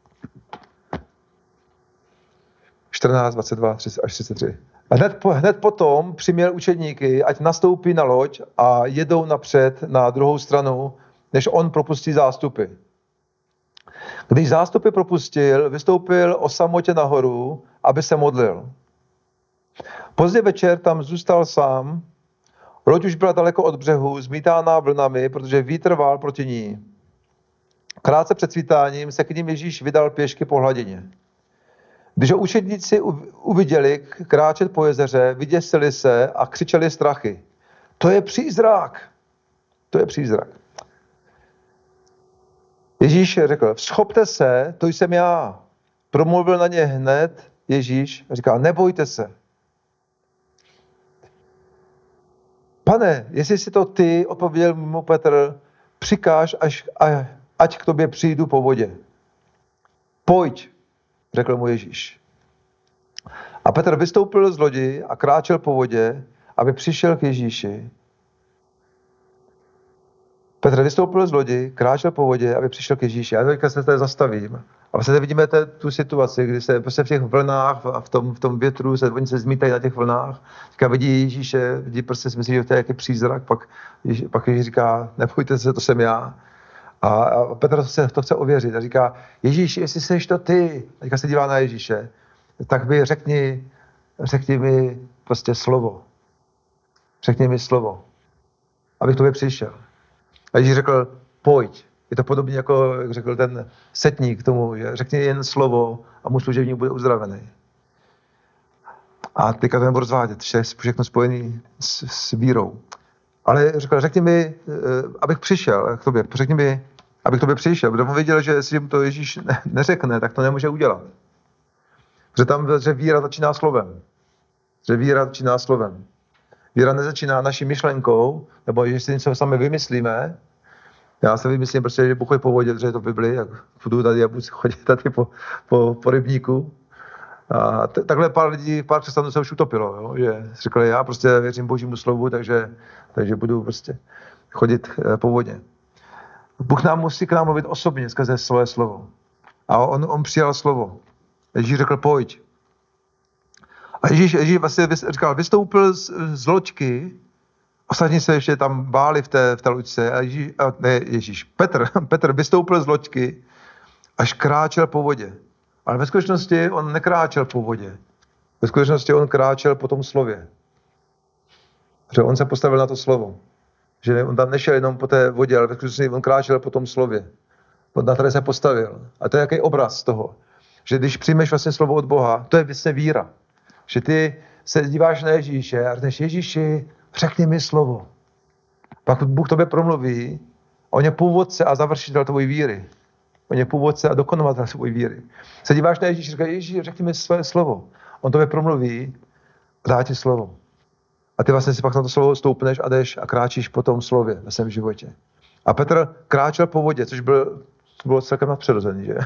čtrnáct, dvacet dva, třicet až třicet tři. A hned, po, hned potom přiměl učedníky, ať nastoupí na loď a jedou napřed na druhou stranu, než on propustí zástupy. Když zástupy propustil, vystoupil o samotě nahoru, aby se modlil. Pozdě večer tam zůstal sám, loď už byla daleko od břehu, zmítána vlnami, protože vítr vál proti ní. Krátce před svítáním se k ním Ježíš vydal pěšky po hladině. Když ho učedníci uviděli kráčet po jezeře, vyděsili se a křičeli strachy. To je přízrak. To je přízrak. Ježíš řekl, vzchopte se, to jsem já. Promluvil na ně hned Ježíš a říká, nebojte se. Pane, jestli jsi to ty, odpověděl mu Petr, přikáž, až, ať k tobě přijdu po vodě. Pojď, řekl mu Ježíš. A Petr vystoupil z lodi a kráčel po vodě, aby přišel k Ježíši. Petr vystoupil z lodi, kráčel po vodě, aby přišel k Ježíši. Já teďka se tady zastavím. A vlastně vidíme tu situaci, kdy se prostě v těch vlnách a v tom, v tom větru se, oni se zmítají na těch vlnách. Teďka vidí Ježíše, vidí prostě si myslí, že to je jaký přízrak, pak, Ježíš, pak Ježíš říká, nebojte se, to jsem já. A, a Petr se to chce ověřit a říká, Ježíš, jestli jsi to ty, teďka se dívá na Ježíše, tak by řekni, řekni mi prostě slovo. Řekni mi slovo, abych k tobě přišel. A Ježíš řekl, pojď. Je to podobně jako, jak řekl ten setník k tomu, že řekni jen slovo a můj služebník bude uzdravený. A teďka to nebudu rozvádět, všechno spojený s, s vírou. Ale řekl, řekni mi, abych přišel k tobě, řekni mi, abych k tobě přišel, protože on věděl, že jestli mu to Ježíš neřekne, tak to nemůže udělat. Že tam, že víra začíná slovem. Že víra začíná slovem. Víra nezačíná naší myšlenkou, nebo jestli něco sami vymyslíme. Já se vymyslím prostě, že Bůh je po vodě, že je to v Biblii, jak budu tady a budu chodit tady po, po, po rybníku. A t- takhle pár lidí, pár křesťanů se už utopilo, jo? Že řekli, já prostě věřím Božímu slovu, takže, takže budu prostě chodit po vodě. Bůh nám musí k nám mluvit osobně skrze svoje slovo. A on, on přijal slovo. Ježíš řekl, pojď. A Ježíš, Ježíš vlastně říkal, vystoupil z, z loďky, ostatní se ještě tam báli v té, v té loďce. A Ježíš, a ne Ježíš, Petr, Petr vystoupil z loďky, až kráčel po vodě. Ale ve skutečnosti on nekráčel po vodě. Ve skutečnosti on kráčel po tom slově. Protože on se postavil na to slovo. Že on tam nešel jenom po té vodě, ale ve skutečnosti on kráčel po tom slově. Na které se postavil. A to je jaký obraz toho. Že když přijmeš vlastně slovo od Boha, to je vlastně víra. Že ty se díváš na Ježíše a řekneš, Ježíši, řekni mi slovo. Pak Bůh tobě promluví, on je původce a završitel tvojí víry. On je původce a dokonovatel tvojí víry. Se díváš na Ježíše a říkáš, Ježíši, řekni mi své slovo. On tobě promluví a dá ti slovo. A ty vlastně si pak na to slovo stoupneš a jdeš a kráčíš po tom slově ve svém životě. A Petr kráčel po vodě, což byl, bylo celkem nadpřirozený, že?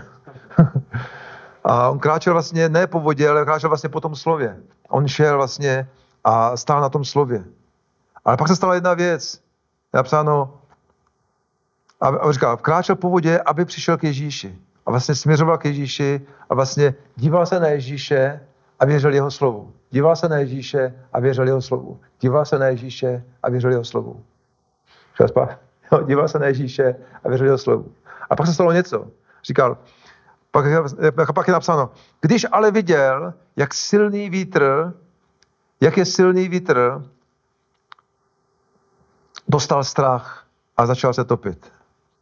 A on kráčel vlastně ne po vodě, ale kráčel vlastně po tom slově. On šel vlastně a stál na tom slově. Ale pak se stala jedna věc. Je napsáno, a, a říkal, kráčel po vodě, aby přišel k Ježíši. A vlastně směřoval k Ježíši a vlastně díval se na Ježíše a věřil jeho slovu. Díval se na Ježíše a věřil jeho slovu. Díval se na Ježíše a věřil jeho slovu. Díval se na Ježíše a věřil jeho slovu. A pak se stalo něco. Říkal, pak, pak je napsáno, když ale viděl, jak silný vítr, jak je silný vítr, dostal strach a začal se topit.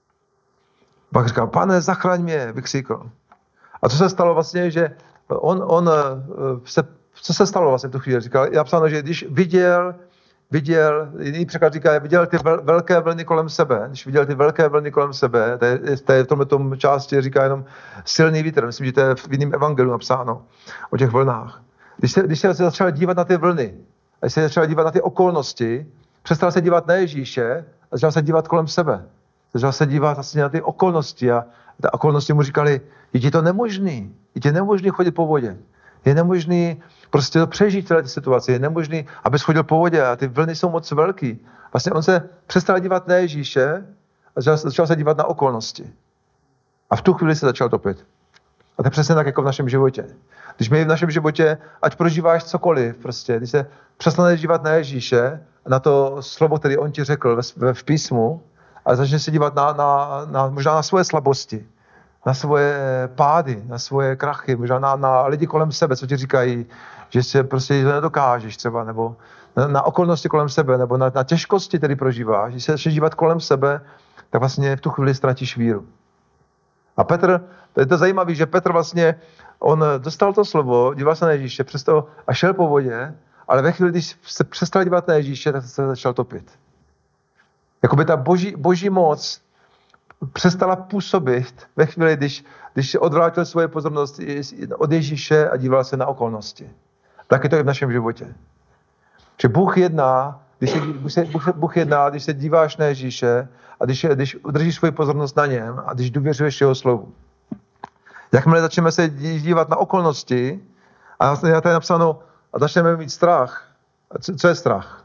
Pak říkal, pane, zachraň mě, vykřikl. A co se stalo vlastně, že on, on se, co se stalo vlastně v tu chvíli? Říkal, je napsáno, že když viděl, viděl, jiný překlad říká, viděl ty velké vlny kolem sebe, když viděl ty velké vlny kolem sebe, to je, to je v tomhle tom části říká jenom silný vítr, myslím, že to je v jiném evangeliu napsáno o těch vlnách. Když se, když se začal dívat na ty vlny, a když se začal dívat na ty okolnosti, přestal se dívat na Ježíše a začal se dívat kolem sebe. Začal se dívat vlastně na ty okolnosti a ty okolnosti mu říkali, je to nemožný, je nemožný chodit po vodě. Je nemožný prostě to přežít celé ty situace. Je nemožný, abys chodil po vodě a ty vlny jsou moc velký. Vlastně on se přestal dívat na Ježíše a začal se dívat na okolnosti. A v tu chvíli se začal topit. A to je přesně tak jako v našem životě. Když my v našem životě, ať prožíváš cokoliv, prostě, když se přestaneš dívat na Ježíše, na to slovo, které on ti řekl ve, ve, v písmu, a začneš se dívat na, na, na, možná na svoje slabosti, na svoje pády, na svoje krachy, možná na, na lidi kolem sebe, co ti říkají, že se prostě to nedokážeš třeba, nebo na, na okolnosti kolem sebe, nebo na, na těžkosti, které prožíváš. Když se začneš dívat kolem sebe, tak vlastně v tu chvíli ztratíš víru. A Petr, to je to zajímavé, že Petr vlastně, on dostal to slovo, díval se na Ježíše, přesto a šel po vodě, ale ve chvíli, když se přestal dívat na Ježíše, tak se začal topit. Jakoby ta boží, boží moc přestala působit ve chvíli, když, když odvrátil svoje pozornost od Ježíše a díval se na okolnosti. Tak je to i v našem životě. Že Bůh jedná, když se, Bůh, Bůh jedná, když se díváš na Ježíše a když, když udržíš svoji pozornost na něm a když důvěřuješ jeho slovu. Jakmile začneme se dívat na okolnosti a tady je napsáno a začneme mít strach. A co, co je strach?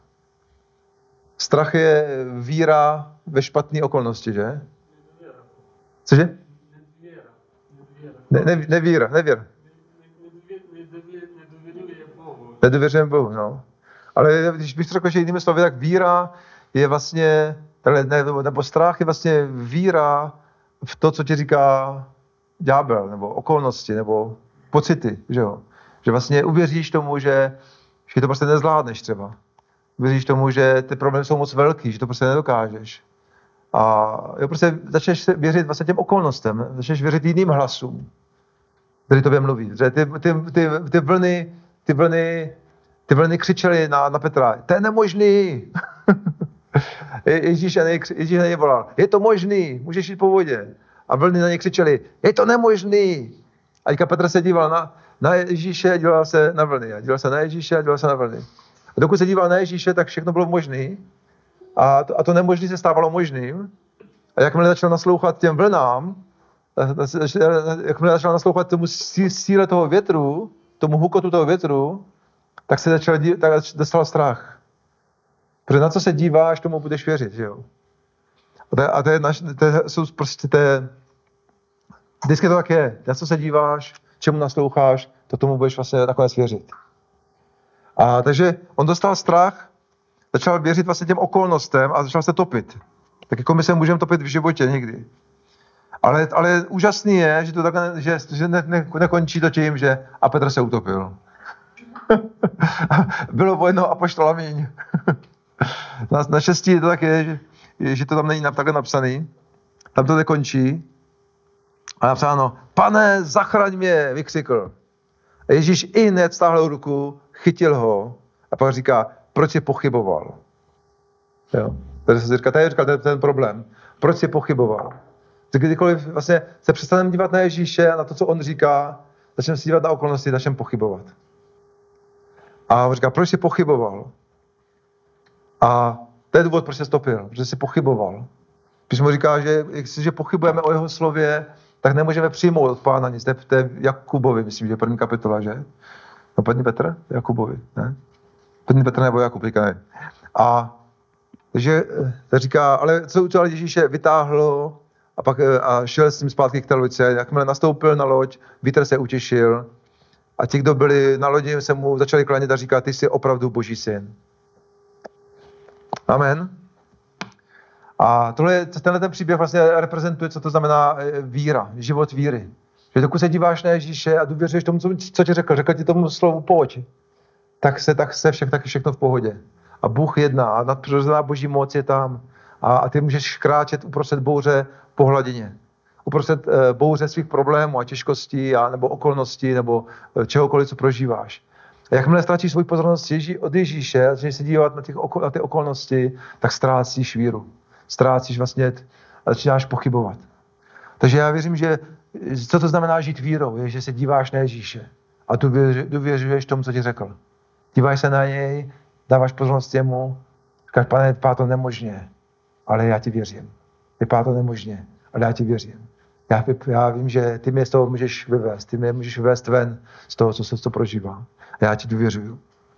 Strach je víra ve špatné okolnosti, že? Cože? Ne, ne, nevíra, nevíra. Nedůvěřujeme Bohu, no. Ale když bych řekl, že jinými slovy, tak víra je vlastně, nebo, nebo strach je vlastně víra v to, co ti říká ďábel, nebo okolnosti, nebo pocity, že jo. Že vlastně uvěříš tomu, že, že to prostě nezvládneš třeba. Uvěříš tomu, že ty problémy jsou moc velký, že to prostě nedokážeš. A jo, prostě začneš věřit vlastně těm okolnostem, začneš věřit jiným hlasům, který tobě mluví. Že ty, ty, ty, ty, vlny, ty, vlny, ty vlny křičely na, na Petra, to je nemožný. Ježíš na něj, Ježíš na něj volal, je to možný, můžeš jít po vodě. A vlny na něj křičeli, je to nemožný. A teďka Petr se díval na, na Ježíše a díval se na vlny. A díval se na Ježíše a díval se na vlny. A dokud se díval na Ježíše, tak všechno bylo možné. A to, a to nemožné se stávalo možným. A jakmile začal naslouchat těm vlnám, jakmile začal naslouchat tomu síle toho větru, tomu hukotu toho větru, tak se začal dívat, tak dostal strach. Protože na co se díváš, tomu budeš věřit, že jo? A to, a to, je, to jsou prostě, to je, vždycky to tak je. Na co se díváš, čemu nasloucháš, to tomu budeš vlastně nakonec věřit. A takže on dostal strach, začal věřit vlastně těm okolnostem a začal se topit. Tak jako my se můžeme topit v životě někdy. Ale, ale úžasný je, že to takhle, že, že ne, ne, nekončí to tím, že a Petr se utopil. Bylo o jednoho apoštola míň. Na, naštěstí je to tak je, že, že to tam není takhle napsaný. Tam to nekončí. A napsáno, pane, zachraň mě, vykřikl. A Ježíš i hned stáhl ruku, chytil ho a pak říká, proč jsi pochyboval? Jo. Tady se říká, tady říká ten, ten problém. Proč jsi pochyboval? Kdykoliv vlastně se přestaneme dívat na Ježíše a na to, co on říká, začneme se dívat na okolnosti, začneme pochybovat. A on říká, proč jsi pochyboval? A to je důvod, proč jsi stopil, protože jsi pochyboval. Písmo říká, že jestliže pochybujeme o jeho slově, tak nemůžeme přijmout od Pána nic. To je Jakubovi, myslím, že první kapitola, že? No první Petr? Jakubovi, ne? První Petr nebo Jakub, říká ne. A takže to říká, ale co udělal Ježíše, vytáhlo a pak a šel s tím zpátky k té loďce. Jakmile nastoupil na loď, vítr se utěšil a ti, kdo byli na lodi, se mu začali klanět a říká, ty jsi opravdu Boží syn. Amen. A tohle, tenhle ten příběh vlastně reprezentuje, co to znamená víra, život víry. Že dokud se díváš na Ježíše a důvěřuješ tomu, co, co ti řekl, řekl ti tomu slovu pojď, tak se, tak se však, taky všechno v pohodě. A Bůh jedná a nadpřirozená Boží moc je tam. A, a ty můžeš kráčet uprostřed bouře po hladině. Uprostřed e, bouře svých problémů a těžkostí a, nebo okolností nebo e, čehokoliv, co prožíváš. A jakmile ztrácíš svou pozornost od Ježíše a začneš se dívat na, těch, na ty okolnosti, tak ztrácíš víru. Ztrácíš vlastně a začínáš pochybovat. Takže já věřím, že co to znamená žít vírou, je, že se díváš na Ježíše a důvěřuješ tomu, co ti řekl. Díváš se na něj, dáváš pozornost jemu, říkáš, pane, vypadá to nemožně, ale já ti věřím. Vypadá to nemožně, ale já ti věřím. Já, já vím, že ty mě z toho můžeš vyvést, ty mě můžeš vyvést ven z toho, co se to prožívá. A já ti důvěřuju.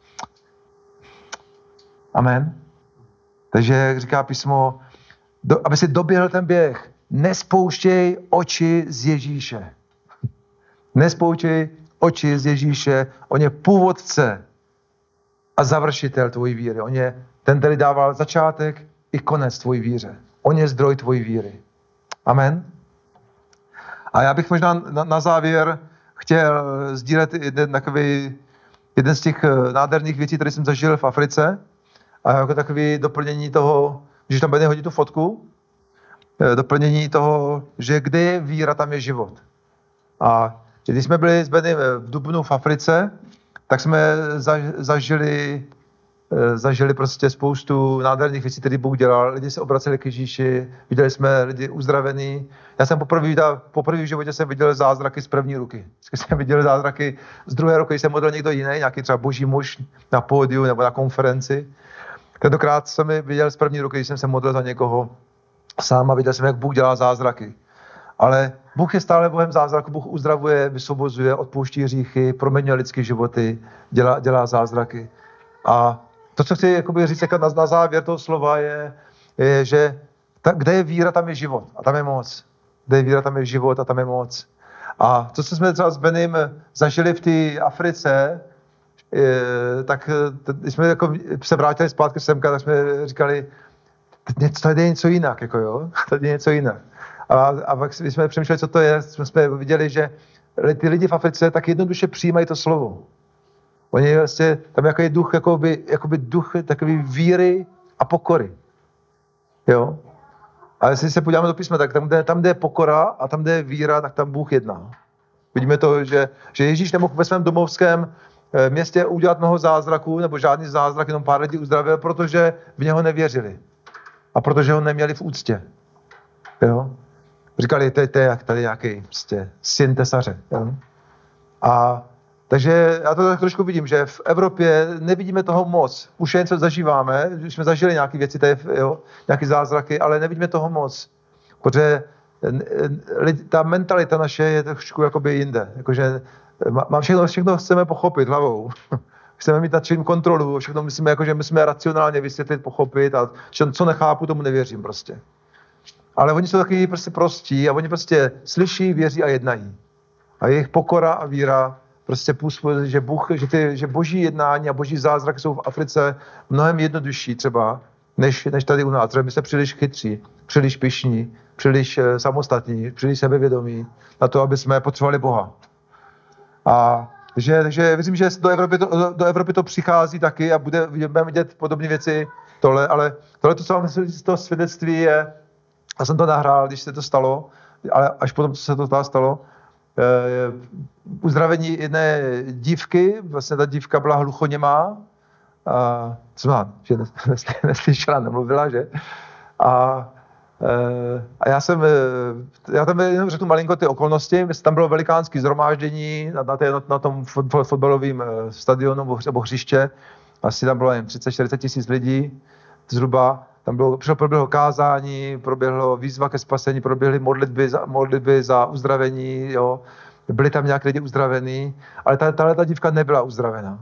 Amen. Takže, jak říká písmo, do, aby si doběhl ten běh, nespouštěj oči z Ježíše. Nespouštěj oči z Ježíše, on je původce a završitel tvojí víry. On je ten, který dával začátek i konec tvojí víře. On je zdroj tvojí víry. Amen. A já bych možná na, na závěr chtěl sdílet jeden, takový, jeden z těch nádherných věcí, které jsem zažil v Africe. A jako takový doplnění toho, když tam bude hodit tu fotku, doplnění toho, že kde je víra, tam je život. A když jsme byli s Benem v dubnu v Africe, tak jsme zažili, zažili prostě spoustu nádherných věcí, které Bůh dělal. Lidi se obraceli k Ježíši, viděli jsme lidi uzdravený. Já jsem poprvé, poprvé v životě jsem viděl zázraky z první ruky. Vždycky jsem viděl zázraky z druhé ruky, jsem modlil někdo jiný, nějaký třeba boží muž na pódiu nebo na konferenci. Tentokrát jsem viděl z první ruky, když jsem se modlil za někoho sám a viděl jsem, jak Bůh dělá zázraky. Ale Bůh je stále Bohem zázraku, Bůh uzdravuje, vysvobozuje, odpouští hříchy, proměňuje lidské životy, dělá, dělá zázraky. A to, co chci jakoby říct na, na závěr toho slova, je, je že ta, kde je víra, tam je život a tam je moc. Kde je víra, tam je život a tam je moc. A to, co jsme třeba s Benem zažili v té Africe, je, tak když jsme jako se vrátili zpátky semka, tak jsme říkali, tady je něco jinak, jako jo, tady je něco jinak. A, a pak jsme přemýšleli, co to je, jsme, jsme viděli, že ty lidi v Africe tak jednoduše přijímají to slovo. Oni vlastně, tam jako je duch, jakoby, jakoby duch takový víry a pokory. Jo? A jestli se podíváme do písma, tak tam, kde, tam, kde je pokora a tam, kde je víra, tak tam Bůh jedná. Vidíme to, že, že Ježíš nemohl ve svém domovském městě udělat mnoho zázraků, nebo žádný zázrak, jenom pár lidí uzdravil, protože v něho nevěřili. A protože ho neměli v úctě. Jo? Říkali, to je, to je jak tady nějaký prostě syn tesaře. Jo? A takže já to tak trošku vidím, že v Evropě nevidíme toho moc. Už jen co zažíváme, už jsme zažili nějaké věci, tady, jo, nějaké zázraky, ale nevidíme toho moc. Protože ta mentalita naše je trošku jakoby jinde. Jakože má všechno, všechno chceme pochopit hlavou. Chceme mít nad čím kontrolu, všechno myslíme, jako, že musíme racionálně vysvětlit, pochopit a co nechápu, tomu nevěřím prostě. Ale oni jsou taky prostě prostí a oni prostě slyší, věří a jednají. A jejich pokora a víra prostě působí, že, Bůh, že, ty, že boží jednání a boží zázraky jsou v Africe mnohem jednodušší třeba, než, než tady u nás. My jsme příliš chytří, příliš pyšní, příliš uh, samostatní, příliš sebevědomí na to, aby jsme potřebovali Boha. A takže, takže věřím, že do Evropy, to, do, do Evropy to přichází taky a bude, budeme vidět podobné věci tohle, ale tohle, to, co vám myslím z toho svědectví je, já jsem to nahrál, když se to stalo, ale až potom, co se to stalo, je uzdravení jedné dívky, vlastně ta dívka byla hluchoněmá, a, co má, že neslyšela, nemluvila, že? A, a já jsem, já tam jenom řeknu malinko ty okolnosti, tam bylo velikánské zhromáždění na, na, té, na tom fotbalovém stadionu nebo hřiště, asi tam bylo jen třicet čtyřicet tisíc lidí zhruba. Tam bylo, proběhlo kázání, proběhlo výzva ke spasení, proběhly modlitby za, modlitby za uzdravení, jo. Byli tam nějak lidi uzdravení, ale ta, tahle ta dívka nebyla uzdravená.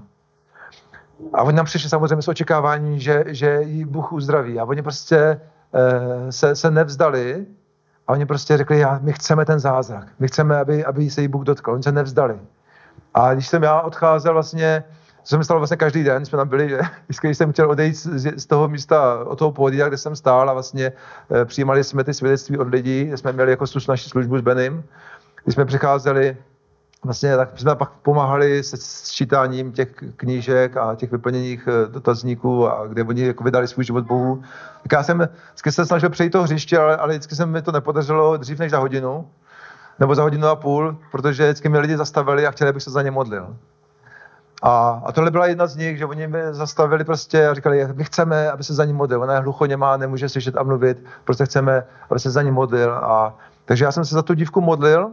A oni nám přišli samozřejmě s očekáváním, že, že jí Bůh uzdraví. A oni prostě eh, se, se nevzdali a oni prostě řekli, já, my chceme ten zázrak, my chceme, aby, aby se jí Bůh dotkl. Oni se nevzdali. A když jsem já odcházel vlastně, to se mi stalo vlastně každý den, jsme tam byli, že když jsem chtěl odejít z, z toho místa, od toho pódia, kde jsem stál a vlastně e, přijímali jsme ty svědectví od lidí, jsme měli jako služ, naši službu s Benem. Když jsme přicházeli, vlastně tak jsme pak pomáhali se sčítáním těch knížek a těch vyplněných dotazníků, a kde oni jako vydali svůj život Bohu. Tak já jsem vždycky se snažil přejít toho hřiště, ale, ale vždycky se mi to nepodařilo dřív než za hodinu, nebo za hodinu a půl, protože vždycky mě lidi zastavili a chtěli, abych se za ně modlil. A, a tohle byla jedna z nich, že oni mě zastavili prostě a říkali, my chceme, aby se za ní modlil. Ona je hluchoněmá, nemůže slyšet a mluvit, prostě chceme, aby se za ní modlil. A, takže já jsem se za tu dívku modlil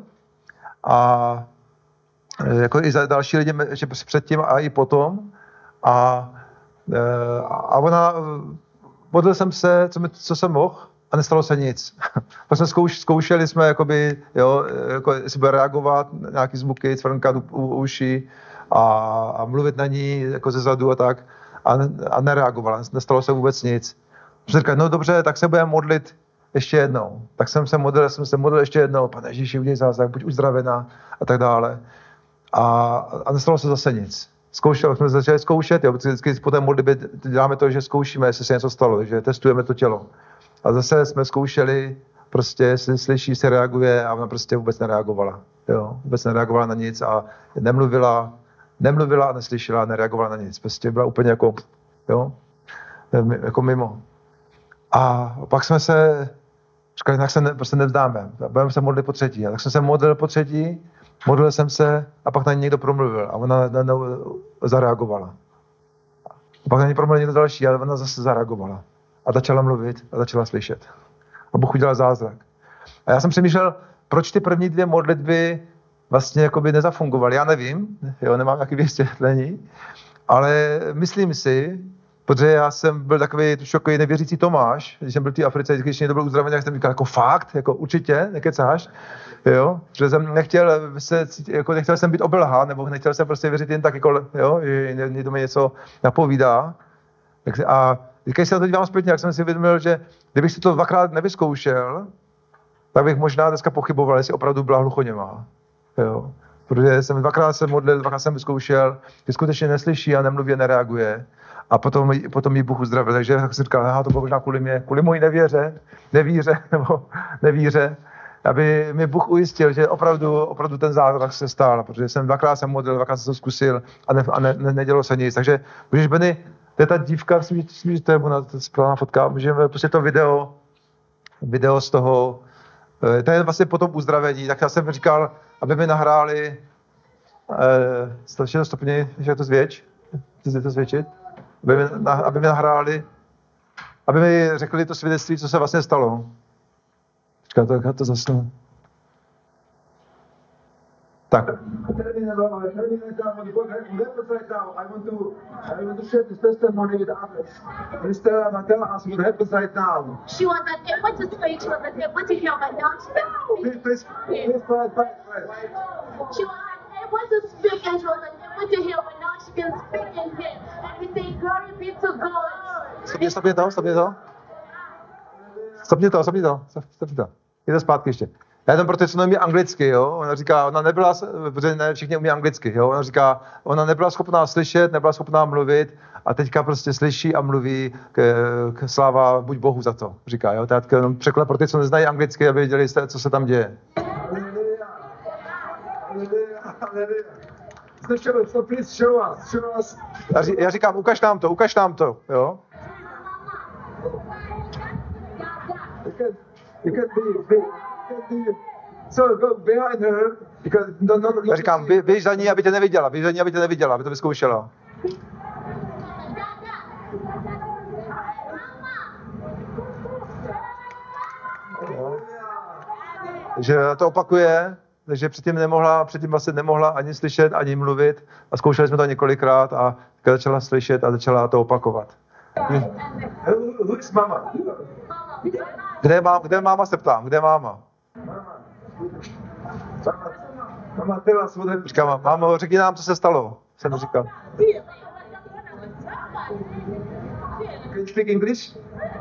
a jako i za další lidi že předtím a i potom. A, a ona, modlil jsem se, co, mi, co jsem mohl, a nestalo se nic. Pak jsme zkouš, zkoušeli jsme, jakoby, jo, jako, jestli bude reagovat, nějaký zvuky, cvrnkat u, u uší, A, a mluvit na ní jako ze zadu a tak a, a nereagovala, nestalo se vůbec nic. Jsem říkal, no dobře, tak se budeme modlit ještě jednou. Tak jsem se modlil, jsem se modlil ještě jednou, Pane Ježíši, udělej zázrak, buď uzdravená a tak dále. A, a nestalo se zase nic. Zkoušel, jsme začali zkoušet, jo, vždycky po té modlitbě děláme to, že zkoušíme, jestli se něco stalo, že testujeme to tělo. A zase jsme zkoušeli, prostě jestli slyší, se reaguje a ona prostě vůbec nereagovala. Jo, vůbec nereagovala na nic a nemluvila, Nemluvila a neslyšela, nereagovala na nic. Prostě byla úplně jako, jo, jako mimo. A pak jsme se, říkali, tak se ne, prostě nevzdáme. Budeme se modlit po třetí. A tak jsem se modlil po třetí, modlil jsem se a pak na ní někdo promluvil a ona na, na, zareagovala. A pak na ní promluvil někdo další a ona zase zareagovala. A začala mluvit a začala slyšet. A Bůh udělal zázrak. A já jsem přemýšlel, proč ty první dvě modlitby vlastně jakoby nezafungovaly. Já nevím, jo, nemám nějaký vysvětlení, ale myslím si, protože já jsem byl takový takový nevěřící Tomáš, když jsem byl v té Africe, když někdo byl uzdravený, tak jsem říkal, jako fakt, jako určitě, nekecáš, jo, že jsem nechtěl se, jako nechtěl jsem být obelhán, nebo nechtěl jsem prostě věřit jen tak, jako, jo, že někdo mi něco napovídá. A když se na to dívám zpětně, tak jsem si uvědomil, že kdybych si to dvakrát nevyzkoušel, tak bych možná dneska pochyboval, jestli opravdu byla hluchoněmá. Jo. Protože jsem dvakrát se modlil, dvakrát jsem vyzkoušel, že skutečně neslyší a nemluví a nereaguje. A potom, potom jí Bůh uzdravil. Takže tak jsem říkal, aha, to bylo možná kvůli mě, kvůli mojí nevěře, nevíře, nebo nevíře, aby mi Bůh ujistil, že opravdu, opravdu ten zázrak se stál, protože jsem dvakrát jsem modlil, dvakrát jsem to zkusil a, ne, a ne, ne, nedělo se nic. Takže, když Benny, to je ta dívka, myslím, že to je ona, to je správná fotka, můžeme prostě to video, video z toho, to je vlastně po tom uzdravení, tak já jsem říkal, aby mi nahráli eh, stupně, že to zvětš, chci to zvětšit, aby mi, aby mi nahráli, aby mi řekli to svědectví, co se vlastně stalo. Počkat, to, jak to zasnu. Tak. She was unable to speak, she was unable to hear, but now she can speak. She was unable to speak and she was unable to hear, but now she can speak and hear. And we say, glory be to God. Stopni, stopni to, stopni to. Stopni to, stopni to, stopni to. Jde zpátky ještě. Já tam protože neumí anglicky, jo. Ona říká, ona nebyla, protože ne všichni umí anglicky, jo. Ona říká, ona nebyla schopná slyšet, nebyla schopná mluvit a teďka prostě slyší a mluví k, k sláva buď Bohu za to, říká, jo. Tak jenom překlad pro ty, co neznají anglicky, aby věděli, co se tam děje. Já, ří, já říkám, ukaž nám to, ukaž nám to, jo. Já říkám, bě, běž za ní, aby tě neviděla, běž za ní, aby tě neviděla, aby to vyzkoušela. Jo. Takže to opakuje, takže předtím nemohla, předtím vlastně nemohla ani slyšet, ani mluvit a zkoušeli jsme to několikrát a začala slyšet a začala to opakovat. Who is mama? Kde je máma, kde je máma, se ptám, kde je máma? Mama, tela svode. Říkám, mámo, řekni nám, co se stalo, jsem říkal. Can you speak English?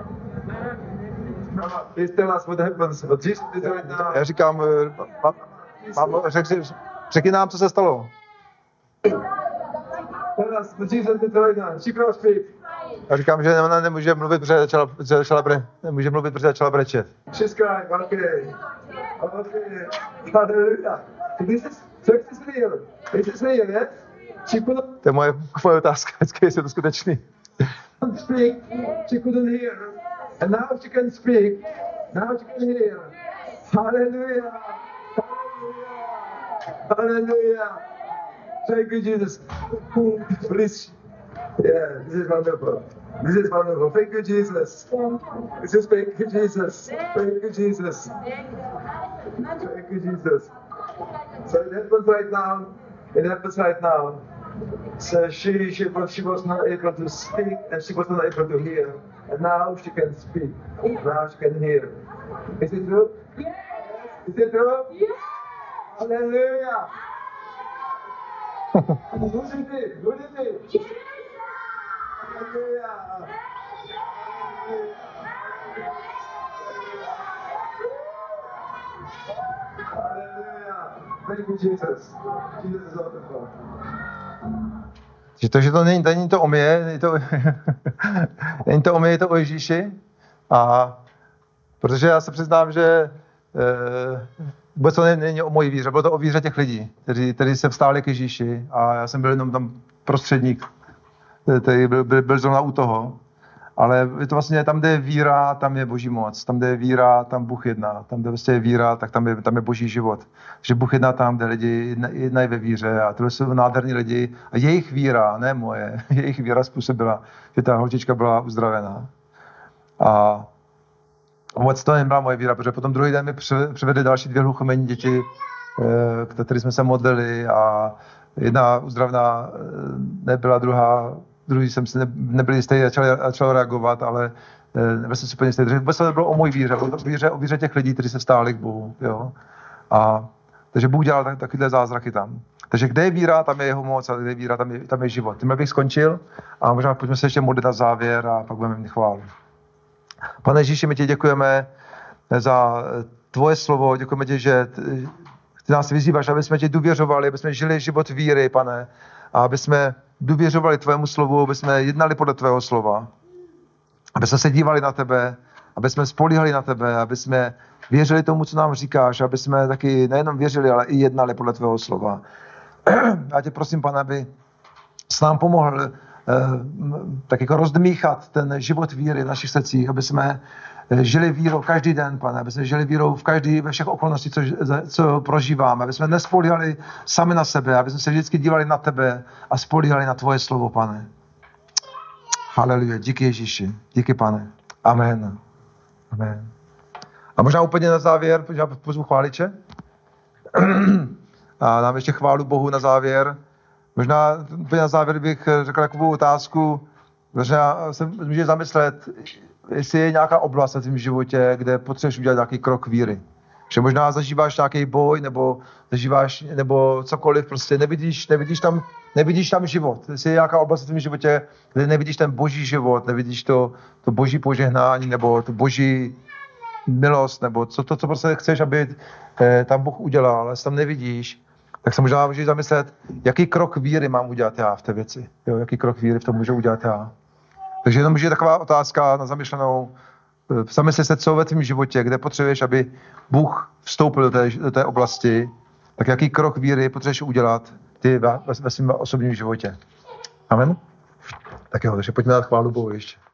Mama, please tell us what happens. What is it right now? Já říkám, mámo, řekni, řekni nám, co se stalo. Tell us what Jesus did right now. She can't speak. Já říkám, že ona nemůže mluvit, protože začala, protože začala bre, nemůže mluvit, protože začala brečet. She's crying, okay. Okay. Hallelujah. This is, this is real. This is real, yes? She couldn't... To je moje, moje otázka, vždycky, jestli je to skutečný. Speak. She couldn't hear. And now she can speak. Now she can hear. Hallelujah. Hallelujah. Hallelujah. Thank you, Jesus. Please. Yeah, this is wonderful. This is wonderful. Thank you, Jesus. This is thank you, Jesus. Thank you, Jesus. Thank you, Jesus. So it happens right now. It happens right now. So she, she, she was not able to speak and she was not able to hear. And now she can speak. Now she can hear. Is it true? Yes. Is it true? Yes. Hallelujah. Who did it? Who did it? Yes. Hallelujah. Hallelujah. Thank you, Jesus. Jesus is wonderful. Že to, že to není, není to o mě, není to, není to o mě, je to o Ježíši. A protože já se přiznám, že e, vůbec to není o mojí víře, bylo to o víře těch lidí, kteří, kteří se vstáli k Ježíši a já jsem byl jenom tam prostředník, který byl, byl, byl zrovna u toho. Ale je to vlastně tam, kde je víra, tam je Boží moc. Tam, kde je víra, tam Bůh jedná. Tam, kde vlastně je víra, tak tam je, tam je Boží život. Že Bůh jedná tam, kde lidi jednají ve víře. A tohle jsou nádherní lidi. A jejich víra, ne moje, jejich víra způsobila, že ta holčička byla uzdravená. A moc to nebyla moje víra, protože potom druhý den mi přivedli další dvě hluchomění děti, které jsme se modlili a jedna uzdravená nebyla, druhá druhý jsem si ne, nebyl jistý, začal, začal reagovat, ale nebyl jsem si úplně jistý. Vůbec to nebylo o mojí víře, bylo to o víře, o víře těch lidí, kteří se vstáli k Bohu. Jo? A, takže Bůh dělal tak, takovýhle zázraky tam. Takže kde je víra, tam je jeho moc, a kde je víra, tam je, tam je život. Tím bych skončil a možná pojďme se ještě modlit na závěr a pak budeme mít chválu. Pane Ježíši, my ti děkujeme za tvoje slovo, děkujeme ti, že ty nás vyzýváš, aby jsme ti důvěřovali, aby jsme žili život víry, pane, a aby jsme důvěřovali tvému slovu, aby jsme jednali podle tvého slova, aby jsme se dívali na tebe, aby jsme spolíhali na tebe, aby jsme věřili tomu, co nám říkáš, aby jsme taky nejenom věřili, ale i jednali podle tvého slova. Já tě prosím, pane, aby s nám pomohl eh, tak jako rozdmíchat ten život víry v našich srdcích, aby jsme žili vírou každý den, pane, aby jsme žili vírou v každý, ve všech okolností, co, co prožíváme, aby jsme nespolíhali sami na sebe, aby jsme se vždycky dívali na tebe a spolíhali na tvoje slovo, pane. Haleluja, díky Ježíši, díky, pane. Amen. Amen. A možná úplně na závěr, já pozvu chváliče. A dám ještě chválu Bohu na závěr. Možná úplně na závěr bych řekl takovou otázku, možná se může zamyslet, jestli je nějaká oblast v tvém životě, kde potřebuješ udělat nějaký krok víry. Že možná zažíváš nějaký boj, nebo zažíváš, nebo cokoliv, prostě nevidíš, nevidíš tam, nevidíš tam život. Jestli je nějaká oblast v tvém životě, kde nevidíš ten boží život, nevidíš to, to boží požehnání, nebo to boží milost, nebo co, to, co prostě chceš, aby eh, tam Bůh udělal, ale tam nevidíš, tak se možná můžeš zamyslet, jaký krok víry mám udělat já v té věci. Jo, jaký krok víry v tom můžu udělat já. Takže to může být taková otázka na zamyšlenou. Zamysli se, co ve tvém životě, kde potřebuješ, aby Bůh vstoupil do té, do té oblasti, tak jaký krok víry potřebuješ udělat ty ve, ve svém osobním životě. Amen? Tak jo, takže pojďme dát chválu Bohu ještě.